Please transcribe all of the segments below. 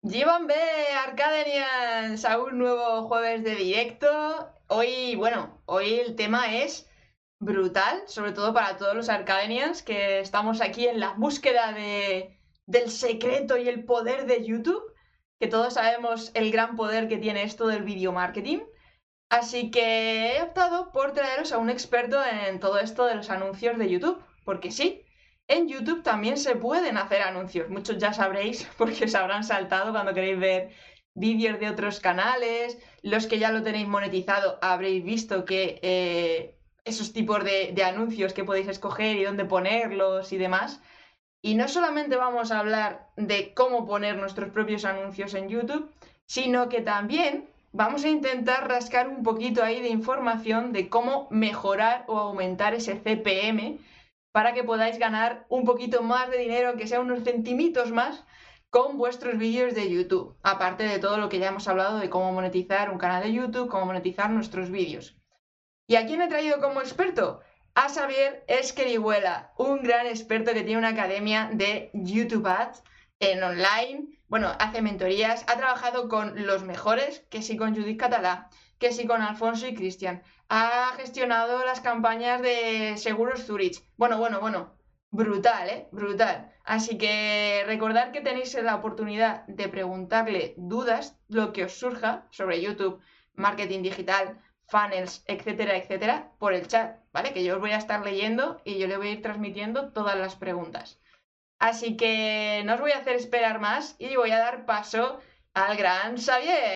Llevan B, Arcadenians, a un nuevo jueves de directo. Hoy el tema es brutal, sobre todo para todos los Arcadenians que estamos aquí en la búsqueda del secreto y el poder de YouTube, que todos sabemos el gran poder que tiene esto del video marketing. Así que he optado por traeros a un experto en todo esto de los anuncios de YouTube, porque sí, en YouTube también se pueden hacer anuncios. Muchos ya sabréis porque os habrán saltado cuando queréis ver vídeos de otros canales. Los que ya lo tenéis monetizado habréis visto que esos tipos de anuncios que podéis escoger y dónde ponerlos y demás. Y no solamente vamos a hablar de cómo poner nuestros propios anuncios en YouTube, sino que también vamos a intentar rascar un poquito ahí de información de cómo mejorar o aumentar ese CPM para que podáis ganar un poquito más de dinero, aunque sea unos centimitos más, con vuestros vídeos de YouTube. Aparte de todo lo que ya hemos hablado de cómo monetizar un canal de YouTube, cómo monetizar nuestros vídeos. ¿Y a quién he traído como experto? A Xavier Esquerihuela, un gran experto que tiene una academia de YouTube Ads en online. Bueno, hace mentorías, ha trabajado con los mejores, que sí con Judith Catalá, que sí con Alfonso y Cristian. Ha gestionado las campañas de Seguros Zurich. Bueno. Brutal, ¿eh? Brutal. Así que recordad que tenéis la oportunidad de preguntarle dudas, lo que os surja sobre YouTube, marketing digital, funnels, etcétera, etcétera, por el chat, ¿vale? Que yo os voy a estar leyendo y yo le voy a ir transmitiendo todas las preguntas. Así que no os voy a hacer esperar más y voy a dar paso al gran Xavier.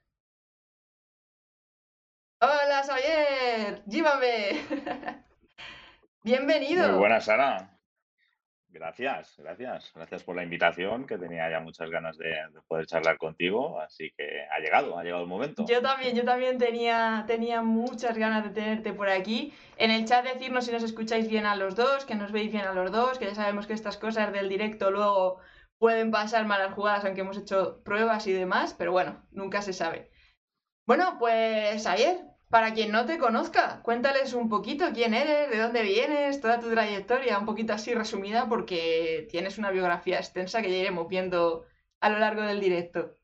Hola Xavier, llévame. Muy Bienvenido. buenas, Sara. Gracias por la invitación, que tenía ya muchas ganas de poder charlar contigo, así que ha llegado el momento. Yo también tenía muchas ganas de tenerte por aquí. En el chat decirnos si nos escucháis bien a los dos, que nos veis bien a los dos, que ya sabemos que estas cosas del directo luego pueden pasar malas jugadas, aunque hemos hecho pruebas y demás, pero bueno, nunca se sabe. Bueno, pues ayer, para quien no te conozca, cuéntales un poquito quién eres, de dónde vienes, toda tu trayectoria, un poquito así resumida, porque tienes una biografía extensa que ya iremos viendo a lo largo del directo.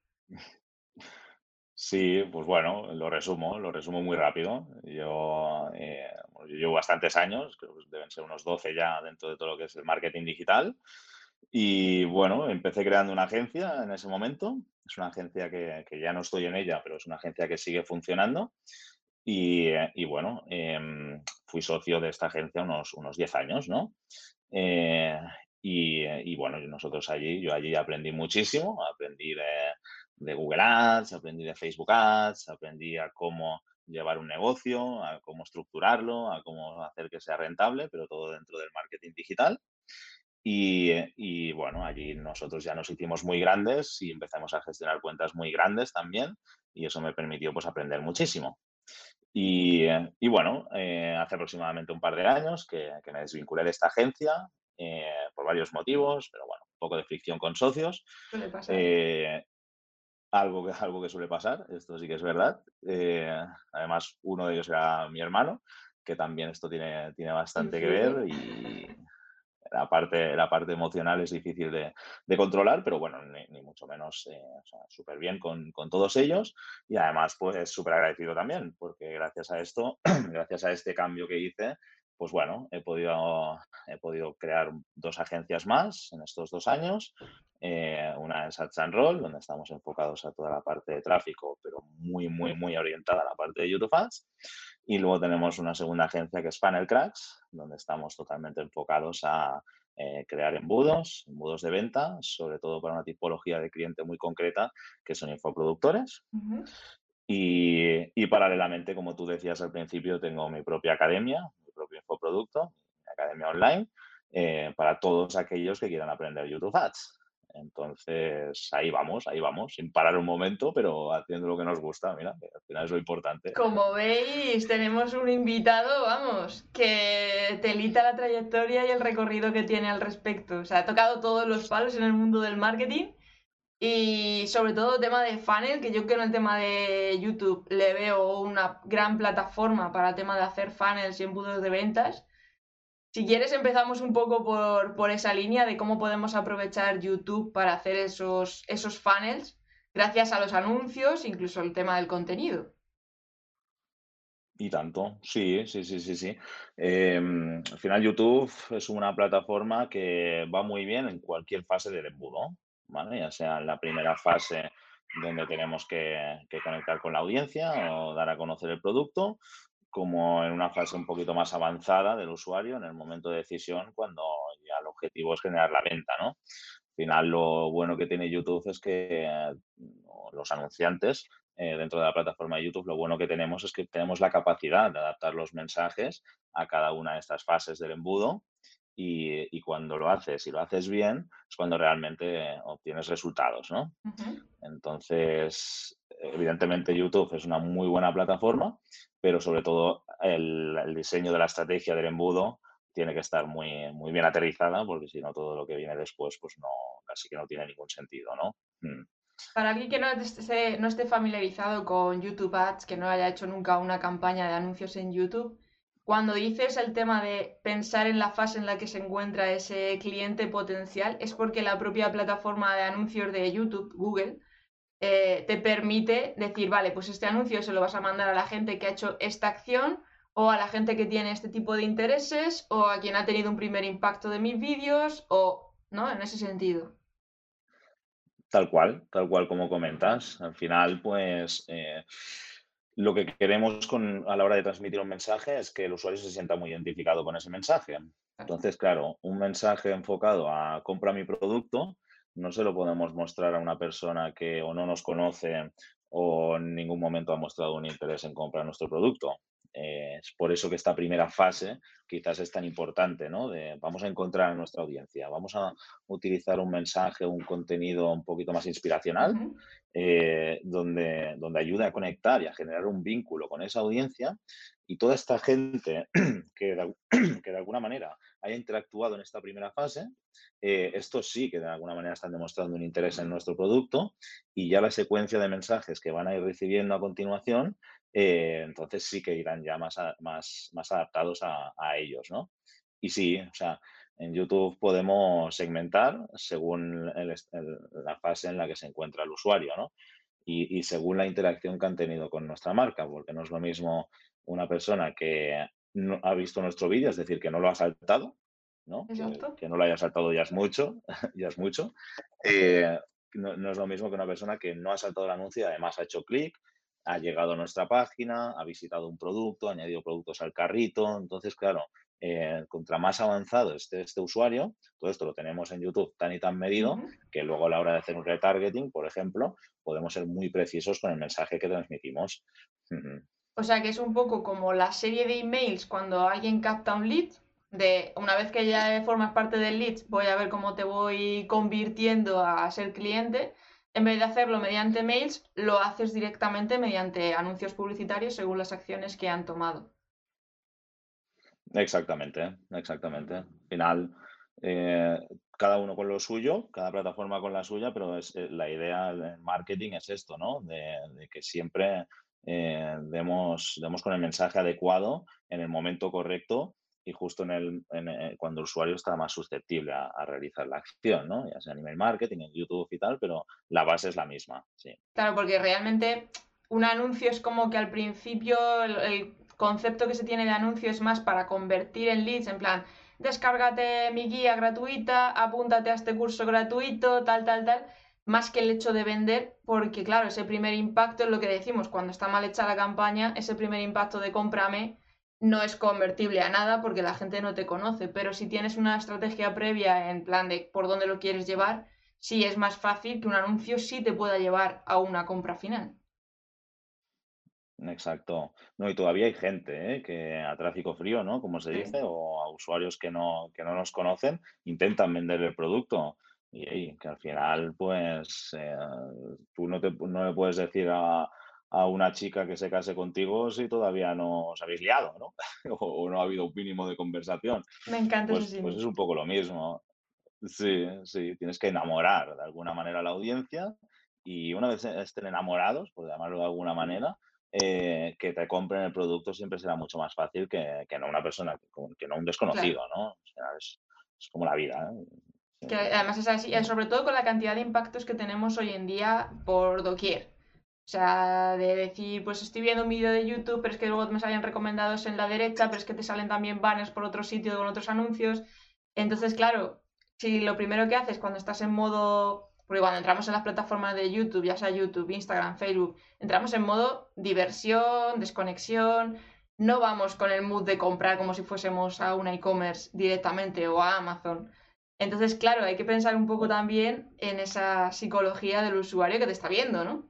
Sí, pues bueno, lo resumo muy rápido. Yo llevo bastantes años, creo que deben ser unos 12 ya dentro de todo lo que es el marketing digital. Y bueno, empecé creando una agencia en ese momento. Es una agencia que ya no estoy en ella, pero es una agencia que sigue funcionando. Y bueno, fui socio de esta agencia unos 10 años, ¿no? Eh, y bueno, yo allí aprendí muchísimo, aprendí de Google Ads, aprendí de Facebook Ads, aprendí a cómo llevar un negocio, a cómo estructurarlo, a cómo hacer que sea rentable, pero todo dentro del marketing digital. Y bueno, allí nosotros ya nos hicimos muy grandes y empezamos a gestionar cuentas muy grandes también, y eso me permitió pues aprender muchísimo. Y bueno, hace aproximadamente un par de años que me desvinculé de esta agencia, por varios motivos, pero bueno, un poco de fricción con socios. Suele pasar. eh, algo que suele pasar, esto sí que es verdad. Además, uno de ellos era mi hermano, que también esto tiene bastante que Influye. ver, y la parte emocional es difícil de controlar, pero bueno, ni mucho menos, o sea, súper bien con todos ellos, y además, pues súper agradecido también, porque gracias a esto, gracias a este cambio que hice, pues bueno, he podido crear dos agencias más en estos 2 años. Una es Ads and Roll, donde estamos enfocados a toda la parte de tráfico, pero muy, muy, muy orientada a la parte de YouTube Ads. Y luego tenemos una segunda agencia que es Funnel Cracks, donde estamos totalmente enfocados a crear embudos de venta, sobre todo para una tipología de cliente muy concreta, que son infoproductores. Ujú. Y paralelamente, como tú decías al principio, tengo mi propia academia, mi propio infoproducto, mi academia online, para todos aquellos que quieran aprender YouTube Ads. Entonces, ahí vamos, sin parar un momento, pero haciendo lo que nos gusta, mira, que al final es lo importante. Como veis, tenemos un invitado, vamos, que telita la trayectoria y el recorrido que tiene al respecto. O sea, ha tocado todos los palos en el mundo del marketing y sobre todo tema de funnel, que yo creo que en el tema de YouTube le veo una gran plataforma para el tema de hacer funnels y embudos de ventas. Si quieres empezamos un poco por esa línea de cómo podemos aprovechar YouTube para hacer esos funnels. gracias a los anuncios, incluso el tema del contenido. Y tanto, sí, sí, sí, sí, sí. Al final YouTube es una plataforma que va muy bien en cualquier fase del embudo, ¿vale? Ya sea en la primera fase donde tenemos que conectar con la audiencia o dar a conocer el producto, como en una fase un poquito más avanzada del usuario, en el momento de decisión, cuando ya el objetivo es generar la venta, ¿no? Al final, lo bueno que tiene YouTube es que los anunciantes dentro de la plataforma de YouTube, lo bueno que tenemos es que tenemos la capacidad de adaptar los mensajes a cada una de estas fases del embudo y cuando lo haces y lo haces bien, es cuando realmente obtienes resultados, ¿no? Ujú. Entonces, evidentemente YouTube es una muy buena plataforma, pero sobre todo el diseño de la estrategia del embudo tiene que estar muy, muy bien aterrizada, porque si no, todo lo que viene después, pues no, casi que no tiene ningún sentido, ¿no? Mm. Para alguien que no esté familiarizado con YouTube Ads, que no haya hecho nunca una campaña de anuncios en YouTube, cuando dices el tema de pensar en la fase en la que se encuentra ese cliente potencial, es porque la propia plataforma de anuncios de YouTube, Google, te permite decir, vale, pues este anuncio se lo vas a mandar a la gente que ha hecho esta acción o a la gente que tiene este tipo de intereses o a quien ha tenido un primer impacto de mis vídeos o, ¿no? En ese sentido. Tal cual como comentas. Al final, pues, lo que queremos a la hora de transmitir un mensaje es que el usuario se sienta muy identificado con ese mensaje. Entonces, claro, un mensaje enfocado a compra mi producto, no se lo podemos mostrar a una persona que o no nos conoce o en ningún momento ha mostrado un interés en comprar nuestro producto. Es por eso que esta primera fase quizás es tan importante, ¿no? De vamos a encontrar a nuestra audiencia, vamos a utilizar un mensaje, un contenido un poquito más inspiracional, Ujú, donde ayude a conectar y a generar un vínculo con esa audiencia y toda esta gente que que de alguna manera haya interactuado en esta primera fase, estos sí que de alguna manera están demostrando un interés en nuestro producto y ya la secuencia de mensajes que van a ir recibiendo a continuación, entonces sí que irán ya más adaptados a ellos, ¿no? Y sí, o sea, en YouTube podemos segmentar según la fase en la que se encuentra el usuario, ¿no? Y según la interacción que han tenido con nuestra marca, porque no es lo mismo una persona que no ha visto nuestro vídeo, es decir, que no lo ha saltado, ¿no? exacto. Que no lo haya saltado ya es mucho, ya es mucho. Eh, no es lo mismo que una persona que no ha saltado el anuncio y además ha hecho clic, ha llegado a nuestra página, ha visitado un producto, ha añadido productos al carrito. Entonces, claro, contra más avanzado esté este usuario, todo esto lo tenemos en YouTube tan y tan medido Ujú. que luego a la hora de hacer un retargeting, por ejemplo, podemos ser muy precisos con el mensaje que transmitimos. Ujú. O sea que es un poco como la serie de emails cuando alguien capta un lead, de una vez que ya formas parte del lead, voy a ver cómo te voy convirtiendo a ser cliente. En vez de hacerlo mediante mails, lo haces directamente mediante anuncios publicitarios según las acciones que han tomado. Exactamente, exactamente. Al final, eh, cada uno con lo suyo, cada plataforma con la suya, pero la idea del marketing es esto, ¿no? De que siempre demos con el mensaje adecuado en el momento correcto y justo cuando el usuario está más susceptible a realizar la acción, ¿no? Ya sea a nivel marketing, en YouTube y tal, pero la base es la misma, sí. Claro, porque realmente un anuncio es como que al principio el concepto que se tiene de anuncio es más para convertir en leads, en plan, descárgate mi guía gratuita, apúntate a este curso gratuito, tal, tal, tal, más que el hecho de vender, porque claro, ese primer impacto es lo que decimos, cuando está mal hecha la campaña, ese primer impacto de cómprame no es convertible a nada porque la gente no te conoce, pero si tienes una estrategia previa en plan de por dónde lo quieres llevar, sí es más fácil que un anuncio sí te pueda llevar a una compra final. Exacto. No, y todavía hay gente, que a tráfico frío, ¿no? Como se dice, Sí, o a usuarios que no nos conocen, intentan vender el producto. Y que al final, pues, tú no le puedes decir a una chica que se case contigo si todavía no os habéis liado, ¿no? O no ha habido un mínimo de conversación. me encanta ese Pues símil. es un poco lo mismo. Sí, sí, tienes que enamorar de alguna manera a la audiencia y una vez estén enamorados, por llamarlo de alguna manera, que te compren el producto siempre será mucho más fácil que no una persona, que no un Claro. desconocido, ¿no? O sea, es como la vida, ¿eh? Que además es así, sobre todo con la cantidad de impactos que tenemos hoy en día por doquier. O sea, de decir, pues estoy viendo un vídeo de YouTube, pero es que luego me salen recomendados en la derecha, pero es que te salen también banners por otro sitio con otros anuncios. Entonces, claro, si lo primero que haces cuando estás en modo, porque cuando entramos en las plataformas de YouTube, ya sea YouTube, Instagram, Facebook, entramos en modo diversión, desconexión, no vamos con el mood de comprar como si fuésemos a una e-commerce directamente o a Amazon. Entonces, claro, hay que pensar un poco también en esa psicología del usuario que te está viendo, ¿no?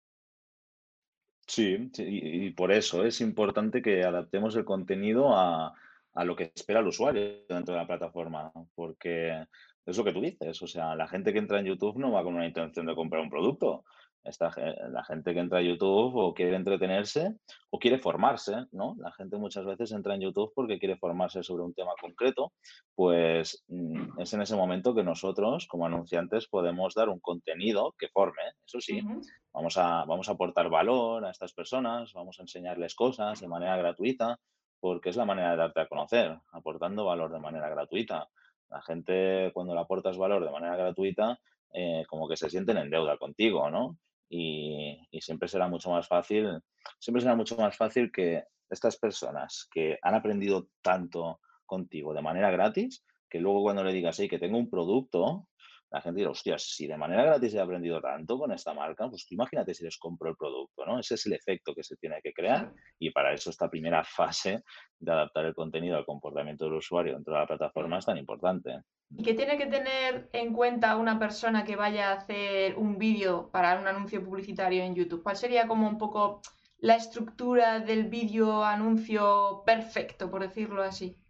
Sí, sí, y por eso es importante que adaptemos el contenido a lo que espera el usuario dentro de la plataforma, porque es lo que tú dices, o sea, la gente que entra en YouTube no va con una intención de comprar un producto. La gente que entra a YouTube o quiere entretenerse o quiere formarse, ¿no? La gente muchas veces entra en YouTube porque quiere formarse sobre un tema concreto, pues es en ese momento que nosotros, como anunciantes, podemos dar un contenido que forme, eso sí. Ujú. Vamos a aportar valor a estas personas, vamos a enseñarles cosas de manera gratuita, porque es la manera de darte a conocer, aportando valor de manera gratuita. La gente, cuando le aportas valor de manera gratuita, como que se sienten en deuda contigo, ¿no? Y siempre será mucho más fácil que estas personas que han aprendido tanto contigo de manera gratis, que luego cuando le digas, hey, que tengo un producto, la gente dirá: "Hostias, si de manera gratis he aprendido tanto con esta marca, pues tú imagínate si les compro el producto", ¿no? Ese es el efecto que se tiene que crear Claro. y para eso esta primera fase de adaptar el contenido al comportamiento del usuario dentro de la plataforma es tan importante. ¿Y qué tiene que tener en cuenta una persona que vaya a hacer un vídeo para un anuncio publicitario en YouTube? ¿Cuál sería como un poco la estructura del vídeo anuncio perfecto, por decirlo así?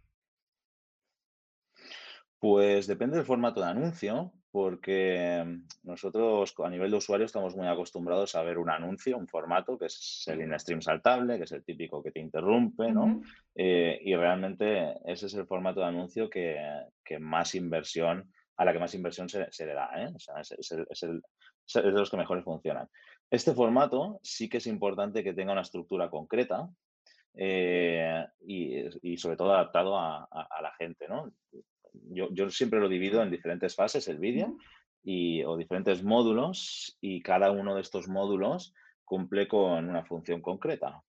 Pues depende del formato de anuncio, porque nosotros a nivel de usuario estamos muy acostumbrados a ver un anuncio, un formato que es el in-stream saltable, que es el típico que te interrumpe, ¿no? Ujú. Y realmente ese es el formato de anuncio a la que más inversión se le da, ¿eh? O sea, es de los que mejores funcionan. Este formato sí que es importante que tenga una estructura concreta, y sobre todo adaptado a la gente, ¿no? Yo siempre lo divido en diferentes fases, el vídeo, Ujú. o diferentes módulos, y cada uno de estos módulos cumple con una función concreta.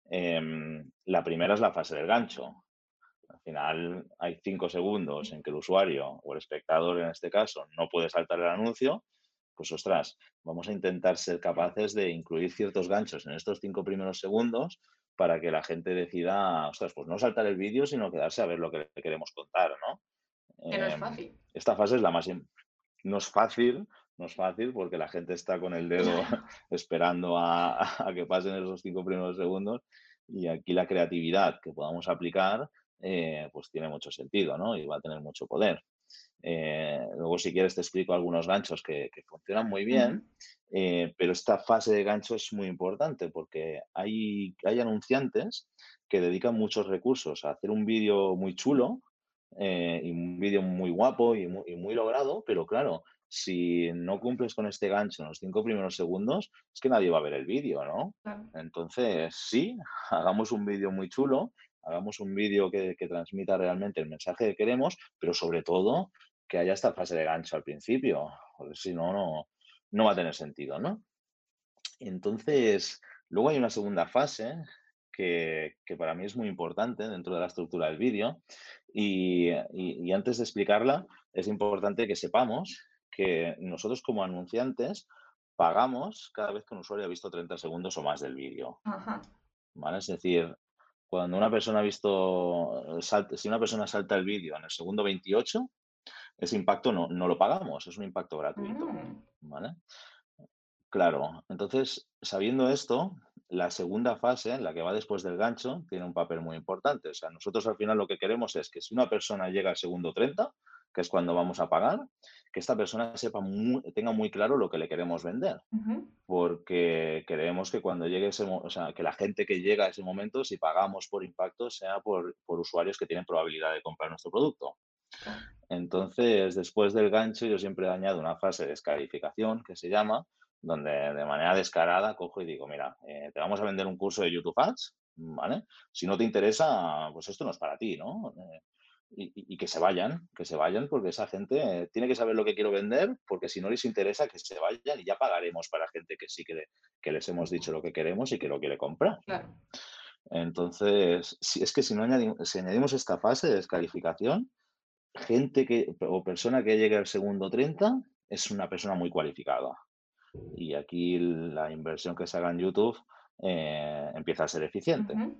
La primera es la fase del gancho. Al final hay 5 segundos en que el usuario o el espectador, en este caso, no puede saltar el anuncio, pues ostras, vamos a intentar ser capaces de incluir ciertos ganchos en estos 5 primeros segundos para que la gente decida, ostras, pues no saltar el vídeo, sino quedarse a ver lo que le queremos contar, ¿no? Que no es fácil. Esta fase es la más no es fácil, no es fácil porque la gente está con el dedo Claro. esperando a que pasen esos 5 primeros segundos y aquí la creatividad que podamos aplicar, pues tiene mucho sentido, ¿no? Y va a tener mucho poder. Luego, si quieres, te explico algunos ganchos que funcionan muy Ujú. bien, pero esta fase de gancho es muy importante porque hay anunciantes que dedican muchos recursos a hacer un vídeo muy chulo, y un vídeo muy guapo y muy logrado, pero claro, si no cumples con este gancho en los 5 primeros segundos, es que nadie va a ver el vídeo, ¿no? Claro. Entonces, sí, hagamos un vídeo muy chulo, hagamos un vídeo que transmita realmente el mensaje que queremos, pero sobre todo que haya esta fase de gancho al principio, porque si no, no va a tener sentido, ¿no? Entonces, luego hay una segunda fase que para mí es muy importante dentro de la estructura del vídeo y antes de explicarla es importante que sepamos que nosotros como anunciantes pagamos cada vez que un usuario ha visto 30 segundos o más del vídeo, Ajá. ¿vale? Es decir, cuando una persona ha visto, si una persona salta el vídeo en el segundo 28, ese impacto no lo pagamos, es un impacto gratuito, Mm. ¿vale? Claro, entonces, sabiendo esto, la segunda fase, la que va después del gancho, tiene un papel muy importante. O sea, nosotros al final lo que queremos es que si una persona llega al segundo 30, que es cuando vamos a pagar, que esta persona tenga muy claro lo que le queremos vender. Ujú. Porque creemos que cuando llegue o sea, que la gente que llega a ese momento, si pagamos por impacto, sea por usuarios que tienen probabilidad de comprar nuestro producto. Claro. Entonces, después del gancho, yo siempre añado una fase de descalificación que se llama, donde de manera descarada cojo y digo, mira, te vamos a vender un curso de YouTube Ads, ¿vale? Si no te interesa, pues esto no es para ti, ¿no? y que se vayan porque esa gente tiene que saber lo que quiero vender, porque si no les interesa, que se vayan y ya pagaremos para gente que sí que les hemos dicho lo que queremos y que lo quiere comprar. Claro. Entonces, si es que si añadimos esta fase de descalificación, gente que o persona que llegue al segundo 30 es una persona muy cualificada. Y aquí la inversión que se haga en YouTube empieza a ser eficiente. Ujú,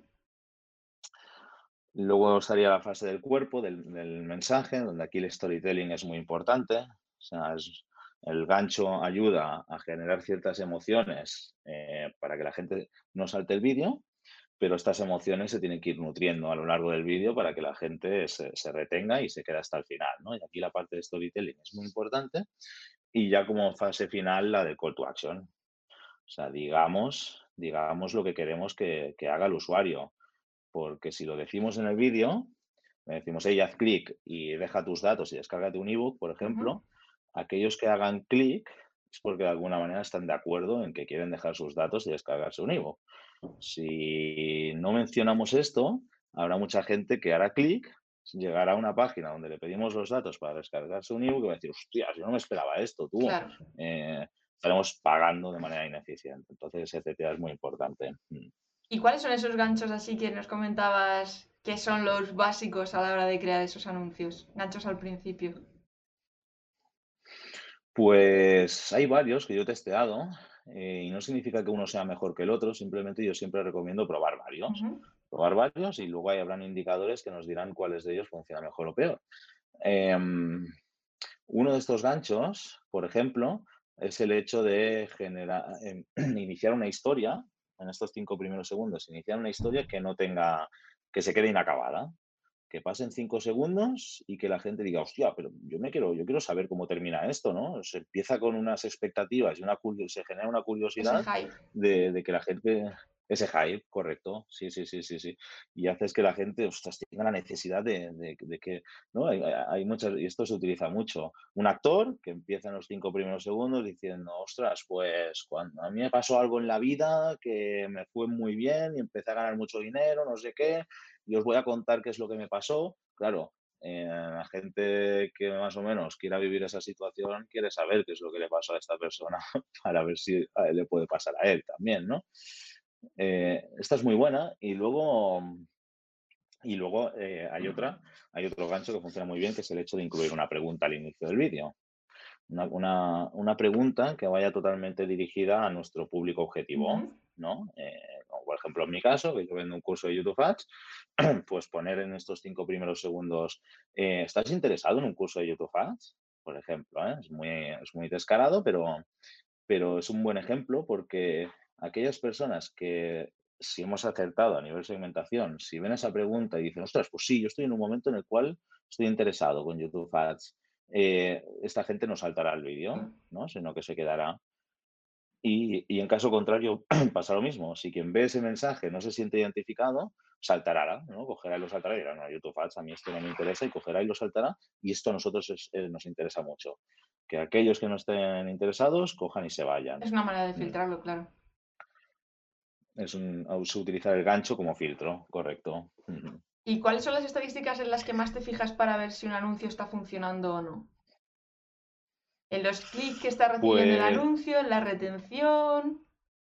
Luego estaría la fase del cuerpo, del mensaje, donde aquí el storytelling es muy importante. O sea, el gancho ayuda a generar ciertas emociones para que la gente no salte el vídeo, pero estas emociones se tienen que ir nutriendo a lo largo del vídeo para que la gente se retenga y se quede hasta el final, ¿no? Y aquí la parte de storytelling es muy importante. Y ya como fase final, la del call to action. O sea, digamos lo que queremos que haga el usuario. Porque si lo decimos en el vídeo, le decimos, hey, haz clic y deja tus datos y descárgate un ebook, por ujú. ejemplo, aquellos que hagan clic es porque de alguna manera están de acuerdo en que quieren dejar sus datos y descargarse un ebook. Si no mencionamos esto, habrá mucha gente que hará clic, llegará a una página donde le pedimos los datos para descargarse un ebook y va a decir, hostia, yo no me esperaba esto, tú. Claro. Estaremos pagando de manera ineficiente. Entonces, ese CTA es muy importante. ¿Y cuáles son esos ganchos así que nos comentabas que son los básicos a la hora de crear esos anuncios? Ganchos al principio. Pues hay varios que yo he testeado y no significa que uno sea mejor que el otro, simplemente yo siempre recomiendo probar varios. Ujú, Probar varios y luego ahí habrán indicadores que nos dirán cuáles de ellos funciona mejor o peor. Em, Uno de estos ganchos, por ejemplo, es el hecho de iniciar una historia, en estos 5 primeros segundos, iniciar una historia que no tenga, que se quede inacabada, que pasen 5 segundos y que la gente diga, hostia, pero yo quiero saber cómo termina esto, ¿no? Se empieza con unas expectativas y se genera una ese curiosidad hype. de que la gente, ese hype, correcto, sí, sí, sí, sí, sí, y haces que la gente, ostras, tenga la necesidad de que, ¿no? Hay muchas, y esto se utiliza mucho, un actor que empieza en los 5 primeros segundos diciendo, ostras, pues cuando a mí me pasó algo en la vida que me fue muy bien y empecé a ganar mucho dinero, no sé qué, y os voy a contar qué es lo que me pasó. Claro, la gente que más o menos quiera vivir esa situación quiere saber qué es lo que le pasó a esta persona para ver si a él le puede pasar a él también, ¿no? Esta es muy buena y luego hay otro gancho que funciona muy bien, que es el hecho de incluir una pregunta al inicio del vídeo. Una pregunta que vaya totalmente dirigida a nuestro público objetivo, Ujú. ¿no? Como por ejemplo en mi caso, que yo vendo un curso de YouTube Ads, pues poner en estos 5 primeros segundos, ¿estás interesado en un curso de YouTube Ads? Por ejemplo, ¿eh? Es muy descarado, pero es un buen ejemplo porque aquellas personas que si hemos acertado a nivel segmentación, si ven esa pregunta y dicen, ostras, pues sí, yo estoy en un momento en el cual estoy interesado con YouTube Ads, esta gente no saltará al vídeo, ¿no? Sino que se quedará. Y en caso contrario pasa lo mismo. Si quien ve ese mensaje no se siente identificado, saltará, ¿no? Cogerá y lo saltará y dirá, no, YouTube Ads, a mí esto no me interesa y cogerá y lo saltará y esto a nosotros nos interesa mucho. Que aquellos que no estén interesados cojan y se vayan. Es una manera de Mm. filtrarlo, claro. Utilizar el gancho como filtro, correcto. Ujú. ¿Y cuáles son las estadísticas en las que más te fijas para ver si un anuncio está funcionando o no? ¿En los clics que está recibiendo el Pues anuncio? ¿En la retención?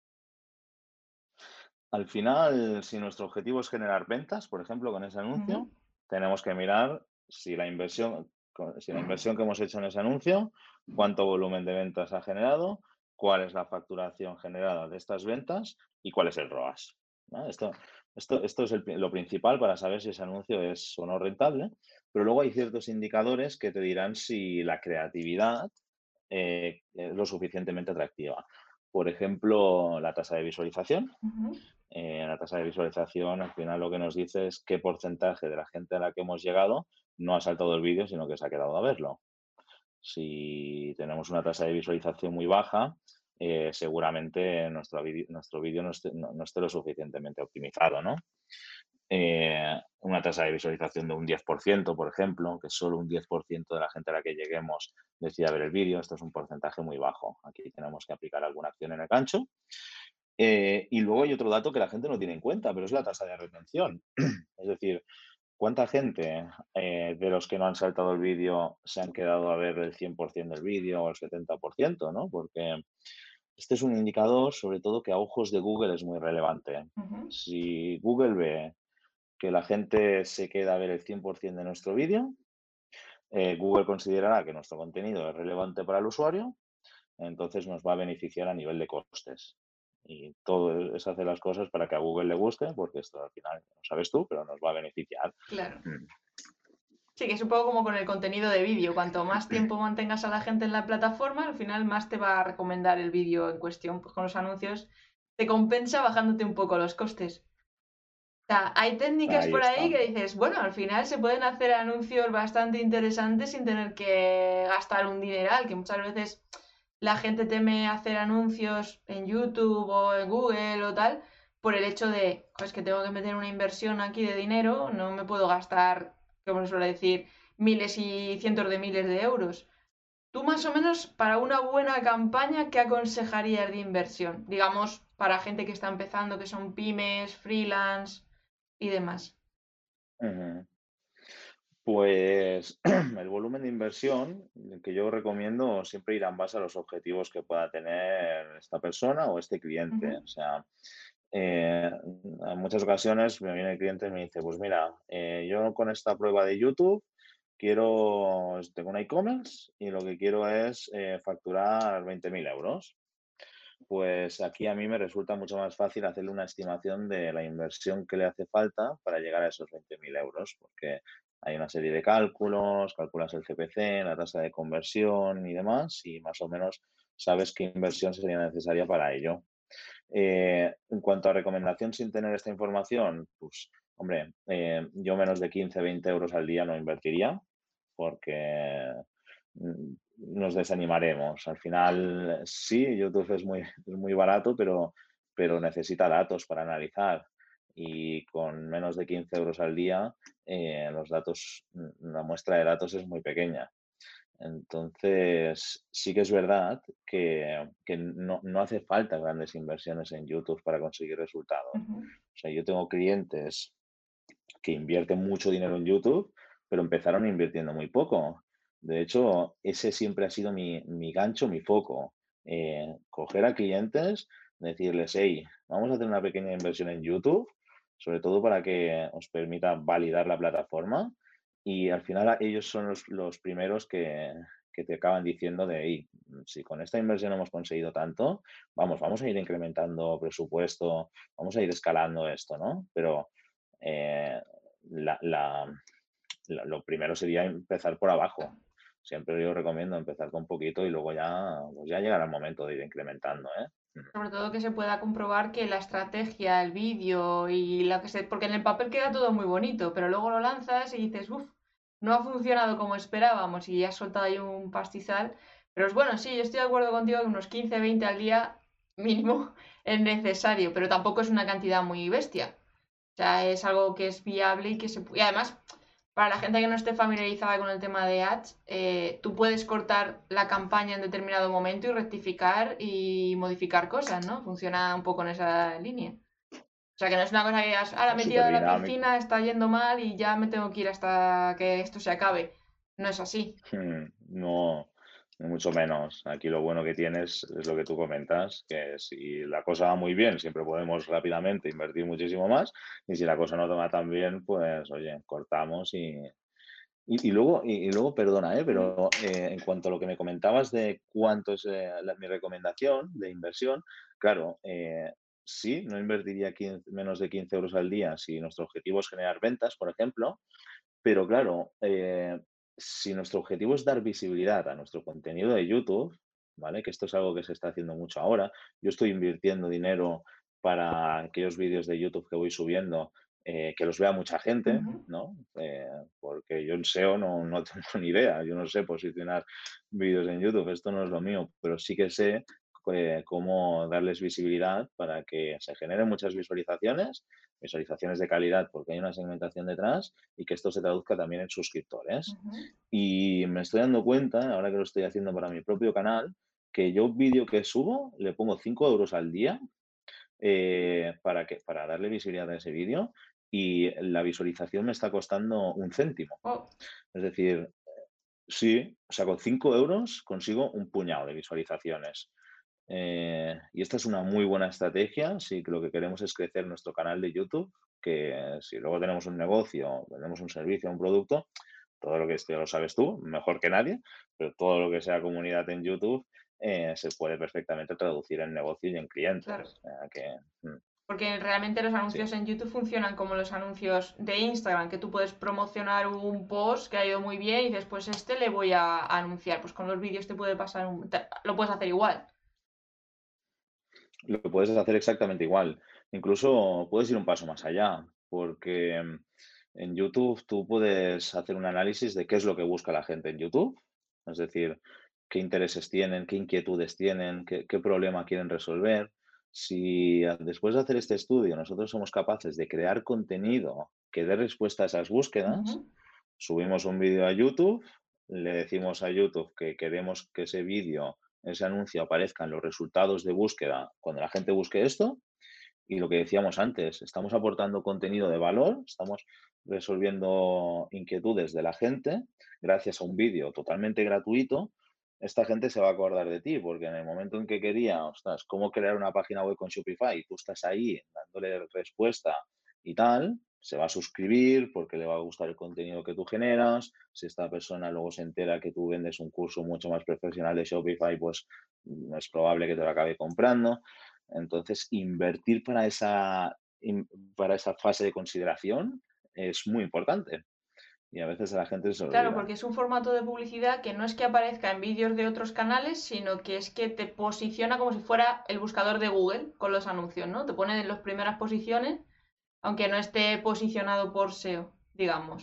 al final, si nuestro objetivo es generar ventas, por ejemplo, con ese Ujú. anuncio, tenemos que mirar si la inversión que hemos hecho en ese anuncio, cuánto volumen de ventas ha generado, cuál es la facturación generada de estas ventas y cuál es el ROAS, ¿no? Esto es lo principal para saber si ese anuncio es o no rentable, pero luego hay ciertos indicadores que te dirán si la creatividad es lo suficientemente atractiva. Por ejemplo, la tasa de visualización. Ujú. La tasa de visualización al final lo que nos dice es qué porcentaje de la gente a la que hemos llegado no ha saltado el vídeo, sino que se ha quedado a verlo. Si tenemos una tasa de visualización muy baja, seguramente nuestro vídeo no esté lo suficientemente optimizado, ¿no? Una tasa de visualización de un 10%, por ejemplo, que solo un 10% de la gente a la que lleguemos decida ver el vídeo, esto es un porcentaje muy bajo. Aquí tenemos que aplicar alguna acción en el gancho. Y luego hay otro dato que la gente no tiene en cuenta, pero es la tasa de retención. Es decir, ¿cuánta gente de los que no han saltado el vídeo se han quedado a ver el 100% del vídeo o el 70%, ¿no? Porque este es un indicador, sobre todo, que a ojos de Google es muy relevante. Ujú. Si Google ve que la gente se queda a ver el 100% de nuestro vídeo, Google considerará que nuestro contenido es relevante para el usuario, entonces nos va a beneficiar a nivel de costes. Y todo es hacer las cosas para que a Google le guste, porque esto al final no sabes tú, pero nos va a beneficiar. Claro. Mm. Sí, que es un poco como con el contenido de vídeo. Cuanto más tiempo mantengas a la gente en la plataforma, al final más te va a recomendar el vídeo en cuestión. Pues con los anuncios te compensa bajándote un poco los costes. O sea, hay técnicas Ahí por ahí está. que dices, bueno, al final se pueden hacer anuncios bastante interesantes sin tener que gastar un dineral, que muchas veces la gente teme hacer anuncios en YouTube o en Google o tal, por el hecho de, pues que tengo que meter una inversión aquí de dinero, no me puedo gastar, como se suele decir, miles y cientos de miles de euros. Tú más o menos para una buena campaña, ¿qué aconsejarías de inversión? Digamos, para gente que está empezando, que son pymes, freelance y demás. Ujú. Pues el volumen de inversión que yo recomiendo siempre ir en base a los objetivos que pueda tener esta persona o este cliente. Ujú, O sea, eh, en muchas ocasiones me viene el cliente y me dice, pues mira, yo con esta prueba de YouTube tengo un e-commerce y lo que quiero es facturar 20.000 euros. Pues aquí a mí me resulta mucho más fácil hacerle una estimación de la inversión que le hace falta para llegar a esos 20.000 euros, porque hay una serie de cálculos, calculas el CPC, la tasa de conversión y demás, y más o menos sabes qué inversión sería necesaria para ello. En cuanto a recomendación sin tener esta información, pues, hombre, yo menos de 15, 20 euros al día no invertiría, porque nos desanimaremos. Al final, sí, YouTube es muy barato, pero necesita datos para analizar. Y con menos de 15 euros al día, los datos, la muestra de datos es muy pequeña. Entonces, sí que es verdad que no hace falta grandes inversiones en YouTube para conseguir resultados. ujú, O sea, yo tengo clientes que invierten mucho dinero en YouTube, pero empezaron invirtiendo muy poco. De hecho, ese siempre ha sido mi gancho, mi foco. Coger a clientes, decirles, hey, vamos a hacer una pequeña inversión en YouTube, sobre todo para que os permita validar la plataforma. Y al final ellos son los primeros que te acaban diciendo de, hey, si con esta inversión hemos conseguido tanto, vamos a ir incrementando presupuesto, vamos a ir escalando esto, ¿no? Pero eh, la, la- lo primero sería empezar por abajo. Siempre yo recomiendo empezar con poquito y luego ya, pues ya llegará el momento de ir incrementando, ¿eh? sobre todo que se pueda comprobar que la estrategia, el vídeo y la que se... Porque en el papel queda todo muy bonito, pero luego lo lanzas y dices, uff, no ha funcionado como esperábamos y has soltado ahí un pastizal. Pero es bueno, sí, yo estoy de acuerdo contigo que unos 15, 20 al día mínimo es necesario, pero tampoco es una cantidad muy bestia. O sea, es algo que es viable y que se... Y además, para la gente que no esté familiarizada con el tema de ads, tú puedes cortar la campaña en determinado momento y rectificar y modificar cosas, ¿no? Funciona un poco en esa línea. O sea, que no es una cosa que digas, ah, la he Es metido súper a la dinámico. piscina, está yendo mal y ya me tengo que ir hasta que esto se acabe. No es así. No, ni mucho menos. Aquí lo bueno que tienes es lo que tú comentas, que si la cosa va muy bien, siempre podemos rápidamente invertir muchísimo más, y si la cosa no toma tan bien, pues oye, cortamos y luego, perdona, Ujú, pero en cuanto a lo que me comentabas de cuánto es mi recomendación de inversión, claro, sí, no invertiría menos de 15 euros al día si nuestro objetivo es generar ventas, por ejemplo, pero claro, si nuestro objetivo es dar visibilidad a nuestro contenido de YouTube, ¿vale? Que esto es algo que se está haciendo mucho ahora. Yo estoy invirtiendo dinero para aquellos vídeos de YouTube que voy subiendo, que los vea mucha gente, ujú. ¿no? Porque yo en SEO no tengo ni idea. Yo no sé posicionar vídeos en YouTube, esto no es lo mío, pero sí que sé cómo darles visibilidad para que se generen muchas visualizaciones, visualizaciones de calidad, porque hay una segmentación detrás y que esto se traduzca también en suscriptores. Ujú. Y me estoy dando cuenta, ahora que lo estoy haciendo para mi propio canal, que yo un vídeo que subo le pongo 5 euros al día para darle visibilidad a ese vídeo y la visualización me está costando un céntimo. Oh, Es decir, sí, o sea, con 5 euros consigo un puñado de visualizaciones. Y esta es una muy buena estrategia si lo que queremos es crecer nuestro canal de YouTube, que si luego tenemos un negocio, vendemos un servicio, un producto, todo lo que esto ya lo sabes tú, mejor que nadie, pero todo lo que sea comunidad en YouTube se puede perfectamente traducir en negocio y en claro. clientes. O sea que, Porque realmente los sí. anuncios en YouTube funcionan como los anuncios de Instagram, que tú puedes promocionar un post que ha ido muy bien y después este le voy a anunciar. Pues con los vídeos te puede pasar lo puedes hacer igual. Lo puedes hacer exactamente igual. Incluso puedes ir un paso más allá, porque en YouTube tú puedes hacer un análisis de qué es lo que busca la gente en YouTube, es decir, qué intereses tienen, qué inquietudes tienen, qué problema quieren resolver. Si después de hacer este estudio nosotros somos capaces de crear contenido que dé respuesta a esas búsquedas, Ujú. subimos un vídeo a YouTube, le decimos a YouTube que queremos que ese vídeo, ese anuncio aparezca en los resultados de búsqueda cuando la gente busque esto. Y lo que decíamos antes, estamos aportando contenido de valor, estamos resolviendo inquietudes de la gente gracias a un vídeo totalmente gratuito. Esta gente se va a acordar de ti, porque en el momento en que quería, ostras, cómo crear una página web con Shopify, y tú estás ahí dándole respuesta y tal, se va a suscribir porque le va a gustar el contenido que tú generas. Si esta persona luego se entera que tú vendes un curso mucho más profesional de Shopify, pues es probable que te lo acabe comprando. Entonces, invertir para esa fase de consideración es muy importante y a veces a la gente se le Claro, olvida. porque es un formato de publicidad que no es que aparezca en vídeos de otros canales, sino que es que te posiciona como si fuera el buscador de Google con los anuncios, ¿no? Te pone en las primeras posiciones, aunque no esté posicionado por SEO, digamos.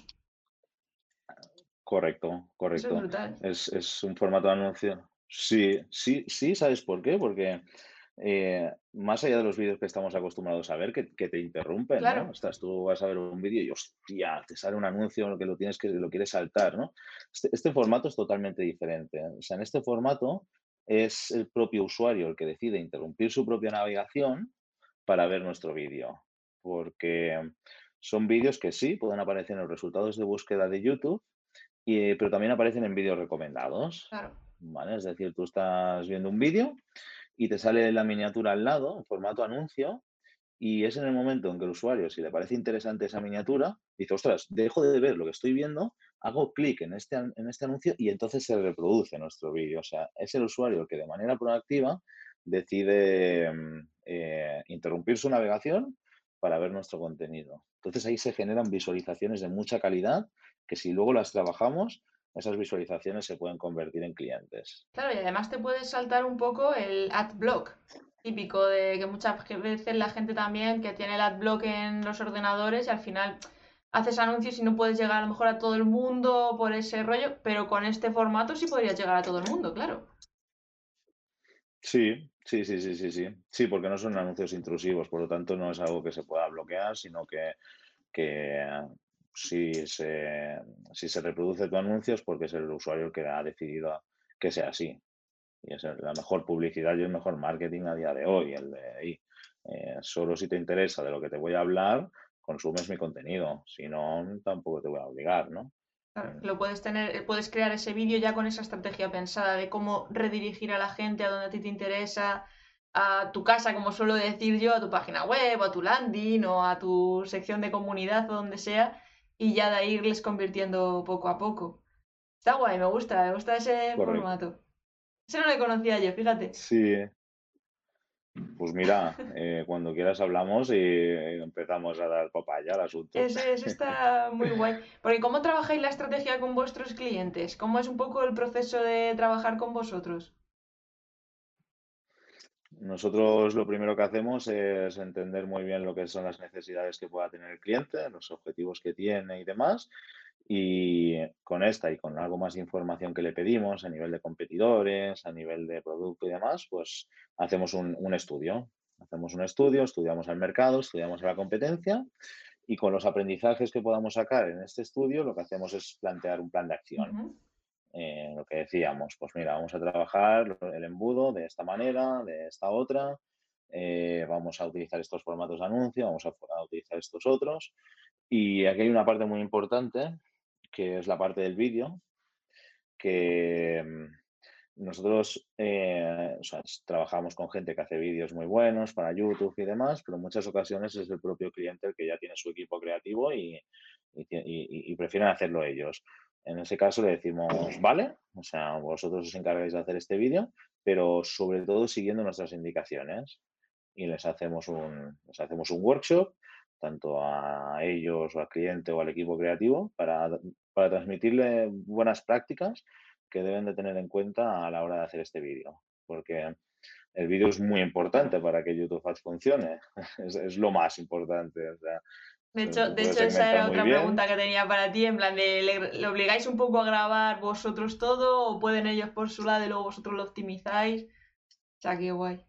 Correcto, Eso es correcto. brutal. Es un formato de anuncio. Sí, sí, sí, ¿sabes por qué? Porque más allá de los vídeos que estamos acostumbrados a ver, que te interrumpen, ¿no? Claro, Estás, tú vas a ver un vídeo y hostia, te sale un anuncio que lo tienes que lo quieres saltar, ¿no? Este formato es totalmente diferente. O sea, en este formato es el propio usuario el que decide interrumpir su propia navegación para ver nuestro vídeo. Porque son vídeos que sí pueden aparecer en los resultados de búsqueda de YouTube, pero también aparecen en vídeos recomendados, claro. ¿vale? Es decir, tú estás viendo un vídeo y te sale la miniatura al lado, en formato anuncio, y es en el momento en que el usuario, si le parece interesante esa miniatura, dice, ostras, dejo de ver lo que estoy viendo, hago clic en este anuncio y entonces se reproduce nuestro vídeo. O sea, es el usuario el que de manera proactiva decide interrumpir su navegación para ver nuestro contenido. Entonces ahí se generan visualizaciones de mucha calidad que si luego las trabajamos, esas visualizaciones se pueden convertir en clientes. Claro, y además te puedes saltar un poco el adblock, típico de que muchas veces la gente también que tiene el adblock en los ordenadores y al final haces anuncios y no puedes llegar a lo mejor a todo el mundo por ese rollo, pero con este formato sí podrías llegar a todo el mundo, claro. Sí, sí, sí, sí, sí, sí. Sí, porque no son anuncios intrusivos, por lo tanto no es algo que se pueda bloquear, sino que si se, si se reproduce tu anuncio es porque es el usuario el que ha decidido que sea así. Y es la mejor publicidad y el mejor marketing a día de hoy, el de ahí. Solo si te interesa de lo que te voy a hablar, consumes mi contenido. Si no, tampoco te voy a obligar, ¿no? Claro, Mm, lo puedes tener, puedes crear ese vídeo ya con esa estrategia pensada de cómo redirigir a la gente a donde a ti te interesa, a tu casa, como suelo decir yo, a tu página web, o a tu landing, o a tu sección de comunidad o donde sea, y ya de ahí irles convirtiendo poco a poco. Está guay, me gusta ese correcto. formato. Ese no lo conocía yo, fíjate. Sí, pues mira, cuando quieras hablamos y empezamos a dar papaya al asunto. Ese está muy guay. Porque ¿cómo trabajáis la estrategia con vuestros clientes? ¿Cómo es un poco el proceso de trabajar con vosotros? Nosotros lo primero que hacemos es entender muy bien lo que son las necesidades que pueda tener el cliente, los objetivos que tiene y demás. Y con esta y con algo más de información que le pedimos a nivel de competidores, a nivel de producto y demás, pues hacemos un estudio. Hacemos un estudio, estudiamos al mercado, estudiamos a la competencia y con los aprendizajes que podamos sacar en este estudio, lo que hacemos es plantear un plan de acción. Ujú. Lo que decíamos, pues mira, vamos a trabajar el embudo de esta manera, de esta otra. vamos a utilizar estos formatos de anuncio, vamos a utilizar estos otros. Y aquí hay una parte muy importante, que es la parte del vídeo, que nosotros o sea, trabajamos con gente que hace vídeos muy buenos para YouTube y demás, pero en muchas ocasiones es el propio cliente el que ya tiene su equipo creativo y prefieren hacerlo ellos. En ese caso le decimos, vale, o sea, vosotros os encargáis de hacer este vídeo, pero sobre todo siguiendo nuestras indicaciones. Y les hacemos un workshop, tanto a ellos o al cliente o al equipo creativo, para transmitirle buenas prácticas que deben de tener en cuenta a la hora de hacer este vídeo. Porque el vídeo es muy importante Claro. para que YouTube Ads funcione. Es lo más importante. O sea, De hecho, se de puede hecho, esa segmentar era muy otra bien. pregunta que tenía para ti, en plan de, ¿le obligáis un poco a grabar vosotros todo o pueden ellos por su lado y luego vosotros lo optimizáis? O sea, qué guay.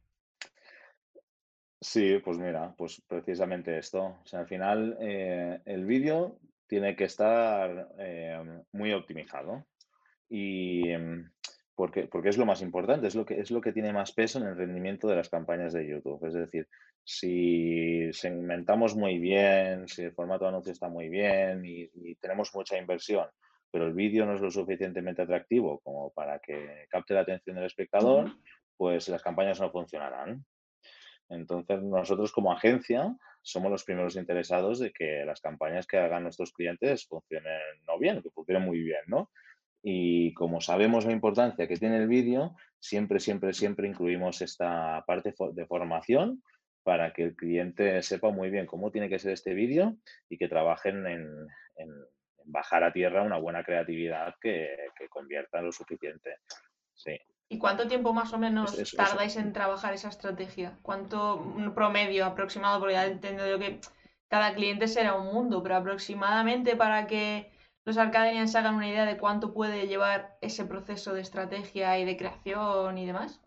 Sí, pues mira, pues precisamente esto. O sea, al final el vídeo tiene que estar muy optimizado. Y porque es lo más importante, es lo que tiene más peso en el rendimiento de las campañas de YouTube. Es decir, si segmentamos muy bien, si el formato de anuncio está muy bien y tenemos mucha inversión, pero el vídeo no es lo suficientemente atractivo como para que capte la atención del espectador, Ujú. pues las campañas no funcionarán. Entonces, nosotros como agencia somos los primeros interesados de que las campañas que hagan nuestros clientes funcionen no bien, que funcionen muy bien, ¿no? Y como sabemos la importancia que tiene el vídeo, siempre, siempre, siempre incluimos esta parte de formación para que el cliente sepa muy bien cómo tiene que ser este vídeo y que trabajen en bajar a tierra una buena creatividad que convierta lo suficiente. Sí, ¿Y cuánto tiempo más o es, menos es, es- tardáis en trabajar esa estrategia? ¿Cuánto un promedio aproximado? Porque ya entiendo yo que cada cliente será un mundo, pero aproximadamente para que los Arcadenians se hagan una idea de cuánto puede llevar ese proceso de estrategia y de creación y demás.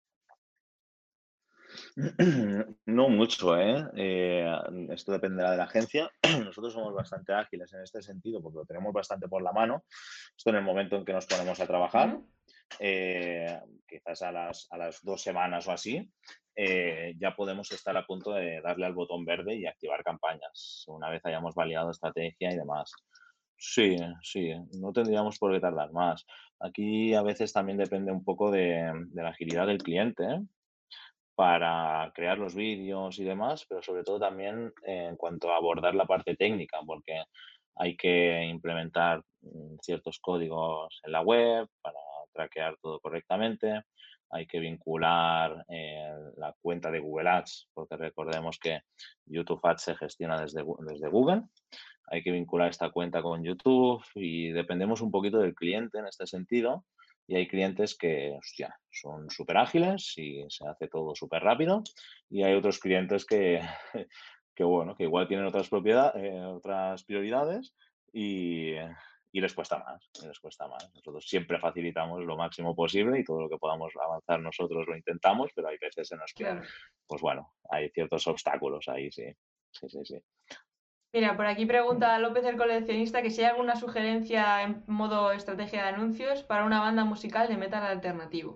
No mucho, ¿eh? Esto dependerá de la agencia. Nosotros somos bastante ágiles en este sentido porque lo tenemos bastante por la mano. Esto en el momento en que nos ponemos a trabajar, Ujú. quizás a las 2 semanas o así, ya podemos estar a punto de darle al botón verde y activar campañas, una vez hayamos validado estrategia y demás. Sí, sí, no tendríamos por qué tardar más. Aquí a veces también depende un poco de la agilidad del cliente, ¿eh? Para crear los vídeos y demás, pero sobre todo también en cuanto a abordar la parte técnica, porque hay que implementar ciertos códigos en la web para traquear todo correctamente, hay que vincular la cuenta de Google Ads, porque recordemos que YouTube Ads se gestiona desde Google, hay que vincular esta cuenta con YouTube y dependemos un poquito del cliente en este sentido. Y hay clientes que, hostia, son súper ágiles y se hace todo súper rápido. Y hay otros clientes que, que bueno, que igual tienen otras prioridades y, y les cuesta más, y les cuesta más. Nosotros siempre facilitamos lo máximo posible y todo lo que podamos avanzar nosotros lo intentamos, pero hay veces en las que, Claro. pues bueno, hay ciertos obstáculos ahí, sí. Sí, sí, sí. Mira, por aquí pregunta López el coleccionista que si hay alguna sugerencia en modo estrategia de anuncios para una banda musical de metal alternativo.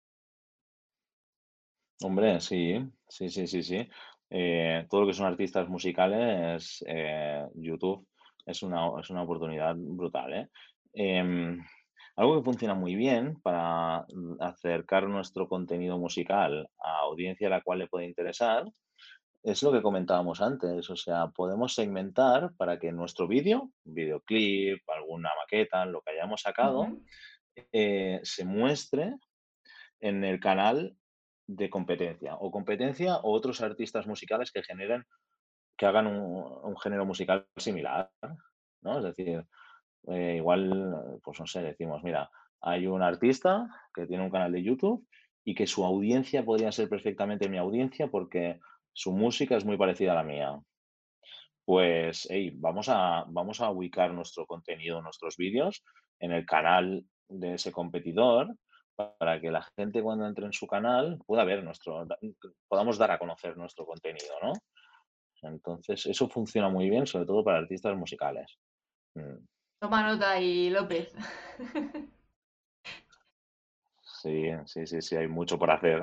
Hombre, sí, sí, sí, sí, sí. Todo lo que son artistas musicales, YouTube es una oportunidad brutal, ¿eh? Em, Algo que funciona muy bien para acercar nuestro contenido musical a audiencia a la cual le puede interesar, es lo que comentábamos antes. O sea, podemos segmentar para que nuestro vídeo, un videoclip, alguna maqueta, lo que hayamos sacado, Ujú. se muestre en el canal de competencia o otros artistas musicales que hagan un género musical similar, ¿no? Es decir, igual, pues no sé, decimos, mira, hay un artista que tiene un canal de YouTube y que su audiencia podría ser perfectamente mi audiencia porque su música es muy parecida a la mía. Pues, hey, vamos a ubicar nuestro contenido, nuestros vídeos en el canal de ese competidor para que la gente cuando entre en su canal pueda ver podamos dar a conocer nuestro contenido, ¿no? Entonces, eso funciona muy bien, sobre todo para artistas musicales. Mm, Toma nota ahí, López. sí, sí, sí, sí, hay mucho por hacer.